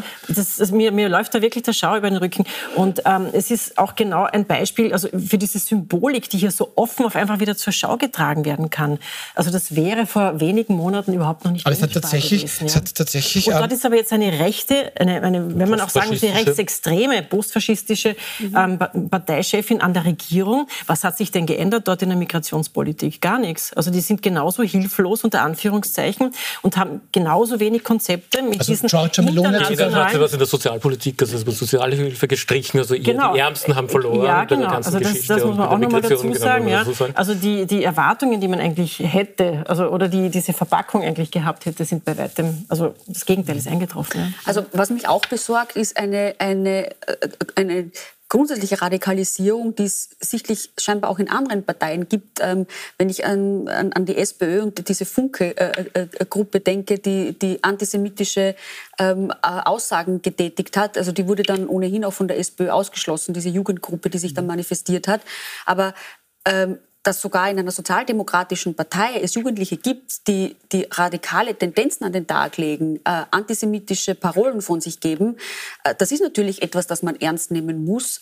Mir läuft da wirklich der Schauer über den Rücken. Und es ist auch genau ein Beispiel also für diese Symbolik, die hier so offen auf einfach wieder zur Schau getragen werden kann. Also das wäre vor wenigen Monaten überhaupt noch nicht aber es hat tatsächlich, und dort ist aber jetzt eine rechte, wenn man auch sagen muss, eine rechtsextreme, postfaschistische Parteichefin an der Regierung. Was hat sich denn geändert dort in der Migrationspolitik? Gar nichts. Also die sind genauso hilflos, unter Anführungszeichen, und haben genauso wenig Konzepte mit diesen internationalen... Jeder hat was in der Sozialpolitik, also es wird Sozialhilfe gestrichen, also die Ärmsten haben verloren. Ja, genau. Also das muss man auch nochmal dazu sagen. Ja. Also die Erwartungen, die man eigentlich hätte, also oder diese Verpackung eigentlich gehabt hätte, sind bei weitem, also das Gegenteil ist eingetroffen. Ja. Also was mich auch besorgt, ist eine grundsätzliche Radikalisierung, die es sichtlich scheinbar auch in anderen Parteien gibt. Wenn ich an die SPÖ und diese Funke-Gruppe denke, die antisemitische Aussagen getätigt hat, also die wurde dann ohnehin auch von der SPÖ ausgeschlossen, diese Jugendgruppe, die sich dann manifestiert hat. Aber dass sogar in einer sozialdemokratischen Partei es Jugendliche gibt, die radikale Tendenzen an den Tag legen, antisemitische Parolen von sich geben, das ist natürlich etwas, das man ernst nehmen muss,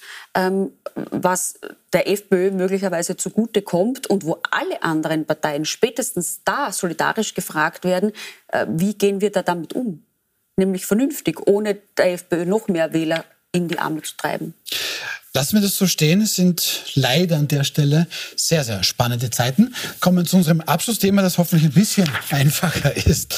was der FPÖ möglicherweise zugute kommt und wo alle anderen Parteien spätestens da solidarisch gefragt werden, wie gehen wir da damit um? Nämlich vernünftig, ohne der FPÖ noch mehr Wähler in die Arme zu treiben. Lassen wir das so stehen. Es sind leider an der Stelle sehr, sehr spannende Zeiten. Kommen wir zu unserem Abschlussthema, das hoffentlich ein bisschen einfacher ist.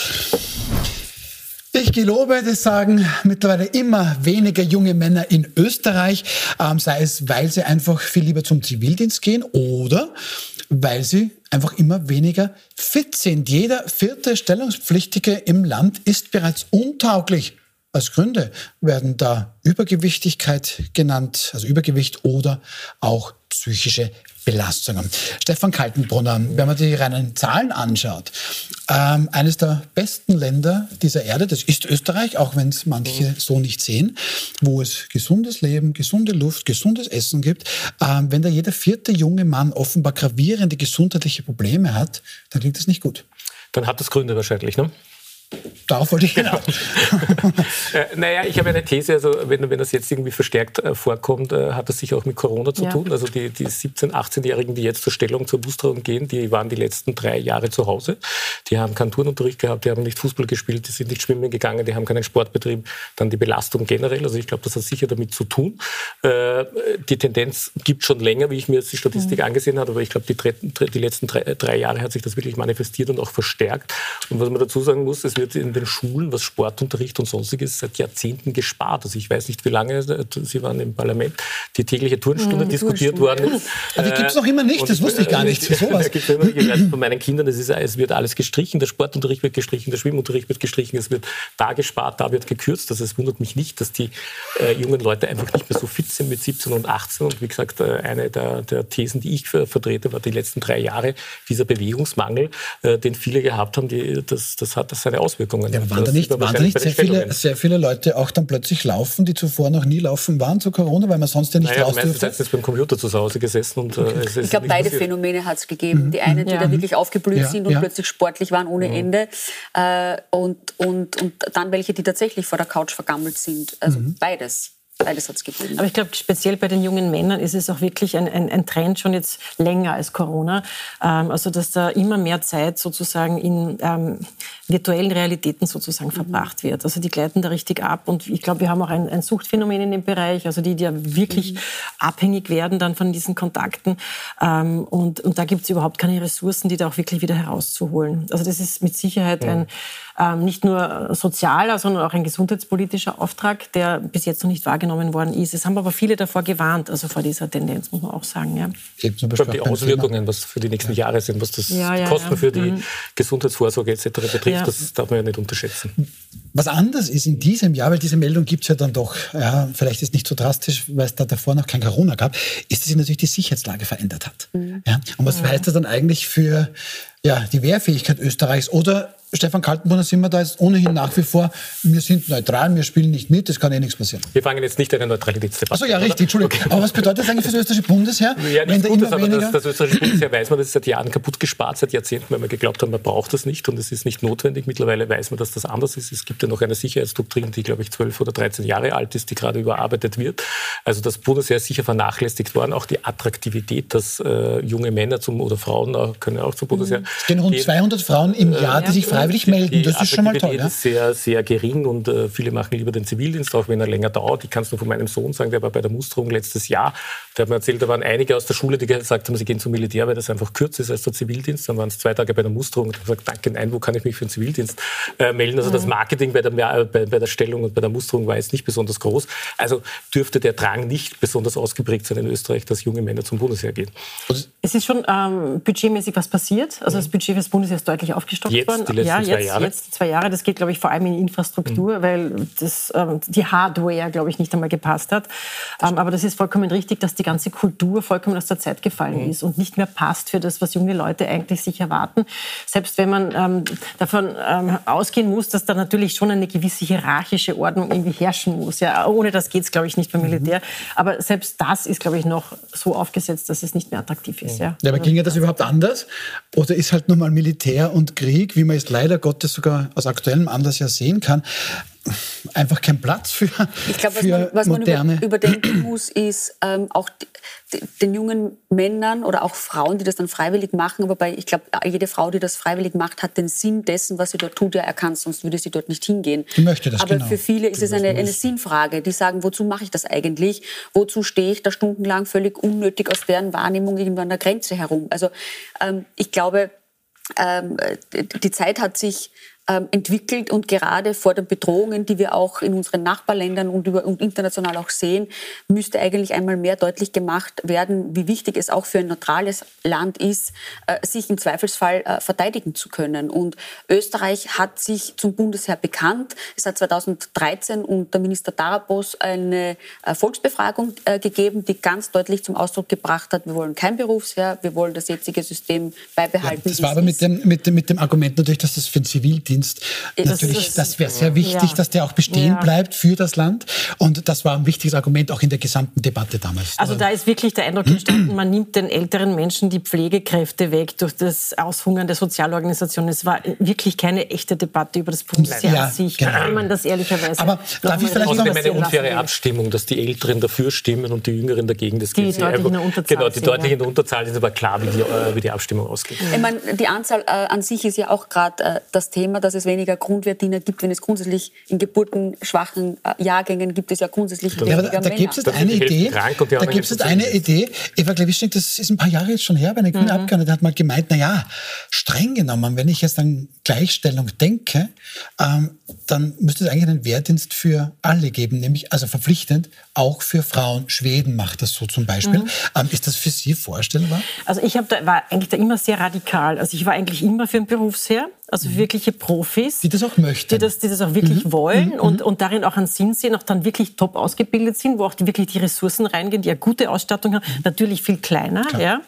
Ich gelobe, das sagen mittlerweile immer weniger junge Männer in Österreich, sei es, weil sie einfach viel lieber zum Zivildienst gehen oder weil sie einfach immer weniger fit sind. Jeder 4. Stellungspflichtige im Land ist bereits untauglich. Als Gründe werden da Übergewichtigkeit genannt, also Übergewicht oder auch psychische Belastungen. Stefan Kaltenbrunner, wenn man die reinen Zahlen anschaut, eines der besten Länder dieser Erde, das ist Österreich, auch wenn es manche so nicht sehen, wo es gesundes Leben, gesunde Luft, gesundes Essen gibt. Wenn da jeder 4. junge Mann offenbar gravierende gesundheitliche Probleme hat, dann klingt das nicht gut. Dann hat das Gründe wahrscheinlich, ne? Darauf wollte ich hinaus. Naja, ich habe eine These, also wenn das jetzt irgendwie verstärkt vorkommt, hat das sicher auch mit Corona zu tun. Also die 17-, 18-Jährigen, die jetzt zur Stellung, zur Musterung gehen, die waren die letzten 3 Jahre zu Hause. Die haben keinen Turnunterricht gehabt, die haben nicht Fußball gespielt, die sind nicht schwimmen gegangen, die haben keinen Sportbetrieb. Dann die Belastung generell, also ich glaube, das hat sicher damit zu tun. Die Tendenz gibt schon länger, wie ich mir jetzt die Statistik angesehen habe, aber ich glaube, die letzten 3 Jahre hat sich das wirklich manifestiert und auch verstärkt. Und was man dazu sagen muss, es wird in den Schulen, was Sportunterricht und Sonstiges, seit Jahrzehnten gespart. Also ich weiß nicht, wie lange, Sie waren im Parlament, die tägliche Turnstunde diskutiert worden ist. Die gibt es noch immer nicht, das wusste ich gar nicht. Sowas. Ich weiß von meinen Kindern, es wird alles gestrichen, der Sportunterricht wird gestrichen, der Schwimmunterricht wird gestrichen, es wird da gespart, da wird gekürzt. Also es wundert mich nicht, dass die jungen Leute einfach nicht mehr so fit sind mit 17 und 18. Und wie gesagt, eine der Thesen, die ich vertrete, war die letzten 3 Jahre dieser Bewegungsmangel, den viele gehabt haben, das hat seine Auswirkungen. Ja, waren da nicht sehr viele Leute auch dann plötzlich laufen, die zuvor noch nie laufen waren zu Corona, weil man sonst ja nicht raus durfte? Meistens ist beim Computer zu Hause gesessen. Und, ich glaube, beide Phänomene hat es gegeben. Die einen, die da wirklich aufgeblüht sind und plötzlich sportlich waren ohne Ende. Und dann welche, die tatsächlich vor der Couch vergammelt sind. Also beides. Beides hat es gegeben. Aber ich glaube, speziell bei den jungen Männern ist es auch wirklich ein Trend schon jetzt länger als Corona. Also, dass da immer mehr Zeit sozusagen in virtuellen Realitäten sozusagen verbracht wird. Also, die gleiten da richtig ab. Und ich glaube, wir haben auch ein Suchtphänomen in dem Bereich. Also, die ja wirklich abhängig werden dann von diesen Kontakten. Und da gibt es überhaupt keine Ressourcen, die da auch wirklich wieder herauszuholen. Also, das ist mit Sicherheit ein nicht nur sozialer, sondern auch ein gesundheitspolitischer Auftrag, der bis jetzt noch nicht wahrgenommen worden ist. Es haben aber viele davor gewarnt, also vor dieser Tendenz, muss man auch sagen. Ja. Die Auswirkungen, was für die nächsten Jahre sind, was das die Kosten für die Gesundheitsvorsorge etc. betrifft, das darf man ja nicht unterschätzen. Was anders ist in diesem Jahr, weil diese Meldung gibt es ja dann doch, ja, vielleicht ist nicht so drastisch, weil es da davor noch kein Corona gab, ist, dass sich natürlich die Sicherheitslage verändert hat. Ja? Und was heißt das dann eigentlich für die Wehrfähigkeit Österreichs? Oder Stefan Kaltenbrunner, sind wir da jetzt ohnehin nach wie vor, wir sind neutral, wir spielen nicht mit, es kann nichts passieren. Wir fangen jetzt nicht eine Neutralitätsdebatte an. Achso, ja, richtig, Entschuldigung. Okay. Aber was bedeutet das eigentlich für das österreichische Bundesheer? Ja, nicht gut, aber das österreichische Bundesheer weiß man, das ist seit Jahren kaputt gespart, seit Jahrzehnten, weil wir geglaubt haben, man braucht das nicht und es ist nicht notwendig. Mittlerweile weiß man, dass das anders ist. Es gibt ja noch eine Sicherheitsdoktrin, die, glaube ich, 12 oder 13 Jahre alt ist, die gerade überarbeitet wird. Also das Bundesheer ist sicher vernachlässigt worden. Auch die Attraktivität, dass junge Männer oder Frauen können auch zum Bundesheer. Es gehen rund 200 Frauen im Jahr, die sich freiwillig melden. Das ist schon mal toll. Die ist sehr, sehr gering und viele machen lieber den Zivildienst, auch wenn er länger dauert. Ich kann es nur von meinem Sohn sagen, der war bei der Musterung letztes Jahr. Der hat mir erzählt, da waren einige aus der Schule, die gesagt haben, sie gehen zum Militär, weil das einfach kürzer ist als der Zivildienst. Dann waren es 2 Tage bei der Musterung und haben gesagt, danke, nein, wo kann ich mich für den Zivildienst melden? Also das Marketing bei der Stellung und bei der Musterung war jetzt nicht besonders groß. Also dürfte der Drang nicht besonders ausgeprägt sein in Österreich, dass junge Männer zum Bundesheer gehen. Es ist schon budgetmäßig was passiert. Also das Budget fürs Bundesheer ist deutlich aufgestockt worden. Die letzten 2 Jahre. Jetzt 2 Jahre. Das geht, glaube ich, vor allem in die Infrastruktur, weil die Hardware, glaube ich, nicht einmal gepasst hat. Aber das ist vollkommen richtig, dass die ganze Kultur vollkommen aus der Zeit gefallen ist und nicht mehr passt für das, was junge Leute eigentlich sich erwarten. Selbst wenn man davon ausgehen muss, dass da natürlich schon eine gewisse hierarchische Ordnung irgendwie herrschen muss. Ja, ohne das geht es, glaube ich, nicht beim Militär. Aber selbst das ist, glaube ich, noch so aufgesetzt, dass es nicht mehr attraktiv ist. Ja, aber ginge das überhaupt anders? Oder ist halt nun mal Militär und Krieg, wie man es leider Gottes sogar aus aktuellem Anlass ja sehen kann, einfach kein Platz für Ich glaube, was man überdenken muss, ist auch den jungen Männern oder auch Frauen, die das dann freiwillig machen. Aber ich glaube, jede Frau, die das freiwillig macht, hat den Sinn dessen, was sie dort tut, ja erkannt, sonst würde sie dort nicht hingehen. Die möchte das, aber für viele ist es eine Sinnfrage. Die sagen, wozu mache ich das eigentlich? Wozu stehe ich da stundenlang völlig unnötig aus deren Wahrnehmung irgendwo an der Grenze herum? Also ich glaube, die Zeit hat sich entwickelt und gerade vor den Bedrohungen, die wir auch in unseren Nachbarländern und international auch sehen, müsste eigentlich einmal mehr deutlich gemacht werden, wie wichtig es auch für ein neutrales Land ist, sich im Zweifelsfall verteidigen zu können. Und Österreich hat sich zum Bundesheer bekannt. Es hat 2013 unter Minister Darabos eine Volksbefragung gegeben, die ganz deutlich zum Ausdruck gebracht hat, wir wollen kein Berufsheer, wir wollen das jetzige System beibehalten. Ja, das war aber mit dem Argument natürlich, dass das für den Zivildienst natürlich, das wäre sehr wichtig, dass der auch bestehen bleibt für das Land. Und das war ein wichtiges Argument auch in der gesamten Debatte damals. Also da ist wirklich der Eindruck entstanden, man nimmt den älteren Menschen die Pflegekräfte weg durch das Aushungern der Sozialorganisationen. Es war wirklich keine echte Debatte über das Bundesheer an sich, wenn man das ehrlicherweise... Aber darf ich vielleicht noch eine unfaire Abstimmung, dass die Älteren dafür stimmen und die Jüngeren dagegen. Das die deutlich in der Unterzahl Genau, die deutlich in der Unterzahl ist aber klar, wie die Abstimmung ausgeht. Ich meine, die Anzahl an sich ist ja auch gerade das Thema, dass es weniger Grundwehrdiener gibt, wenn es grundsätzlich in geburtenschwachen Jahrgängen gibt es ja grundsätzlich weniger Männer. Da gibt es jetzt eine Idee, Eva Klawischnik, das ist ein paar Jahre jetzt schon her, bei einer grünen Abgeordneten hat mal gemeint, streng genommen, wenn ich jetzt an Gleichstellung denke, dann müsste es eigentlich einen Wehrdienst für alle geben, nämlich also verpflichtend auch für Frauen. Schweden macht das so zum Beispiel. Ist das für Sie vorstellbar? Also ich war eigentlich da immer sehr radikal. Also ich war eigentlich immer für ein Berufsheer. Also wirkliche Profis. Die das auch möchten. Die das auch wirklich wollen und darin auch einen Sinn sehen, auch dann wirklich top ausgebildet sind, wo auch wirklich die Ressourcen reingehen, die eine gute Ausstattung haben, natürlich viel kleiner. Ja.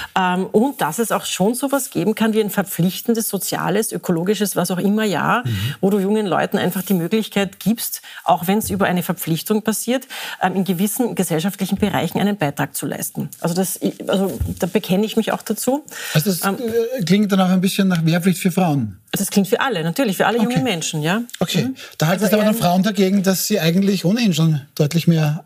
Und dass es auch schon sowas geben kann wie ein verpflichtendes, soziales, ökologisches, was auch immer, wo du jungen Leuten einfach die Möglichkeit gibst, auch wenn es über eine Verpflichtung passiert, in gewissen gesellschaftlichen Bereichen einen Beitrag zu leisten. Also da bekenne ich mich auch dazu. Also das klingt dann auch ein bisschen nach Wehrpflicht für Frauen. Das klingt für alle, natürlich, für alle jungen Menschen, ja. Okay, da halten es aber dann Frauen dagegen, dass sie eigentlich ohnehin schon deutlich mehr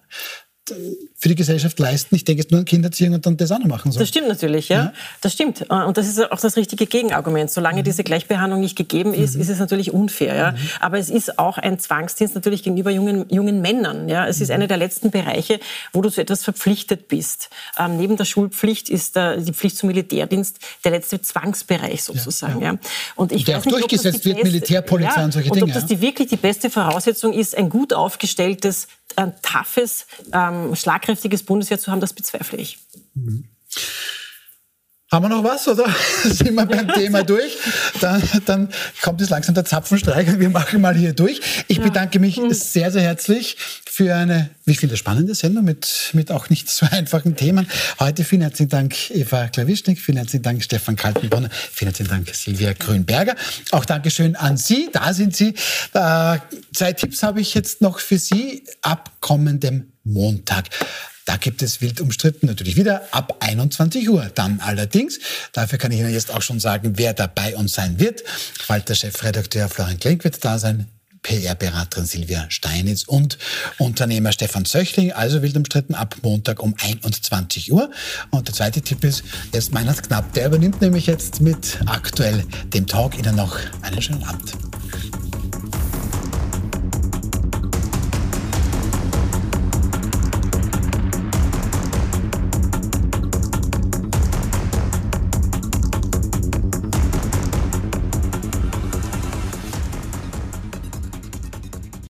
für die Gesellschaft leisten. Ich denke jetzt nur an Kindererziehung und dann das auch noch machen sollen. Das stimmt natürlich, ja. Das stimmt. Und das ist auch das richtige Gegenargument. Solange diese Gleichbehandlung nicht gegeben ist, ist es natürlich unfair. Ja. Aber es ist auch ein Zwangsdienst natürlich gegenüber jungen Männern. Ja. Es ist einer der letzten Bereiche, wo du zu etwas verpflichtet bist. Neben der Schulpflicht ist die Pflicht zum Militärdienst der letzte Zwangsbereich sozusagen. Ja. Und ich der weiß auch nicht, durchgesetzt wird, Militärpolizei und solche Dinge. Und ob das wirklich die beste Voraussetzung ist, ein gut aufgestelltes, ein toughes, schlagkräftiges Bundesheer zu haben, das bezweifle ich. Haben Haben wir noch was, oder sind wir beim Thema durch? Dann kommt jetzt langsam der Zapfenstreich und wir machen mal hier durch. Ich bedanke mich sehr, sehr herzlich für eine, wie ich finde, spannende Sendung mit auch nicht so einfachen Themen. Heute vielen herzlichen Dank Eva Klawischnik, vielen herzlichen Dank Stefan Kaltenbrunner, vielen herzlichen Dank Silvia Grünberger. Auch Dankeschön an Sie, da sind Sie. 2 Tipps habe ich jetzt noch für Sie ab kommendem Montag. Da gibt es wild umstritten natürlich wieder ab 21 Uhr. Dann allerdings, dafür kann ich Ihnen jetzt auch schon sagen, wer dabei uns sein wird. Falter-Chefredakteur Florian Klenk wird da sein, PR-Beraterin Silvia Steinitz und Unternehmer Stefan Söchling. Also wild umstritten ab Montag um 21 Uhr. Und der zweite Tipp ist, jetzt Meinhard Knapp, der übernimmt nämlich jetzt mit aktuell dem Talk. Ihnen noch einen schönen Abend.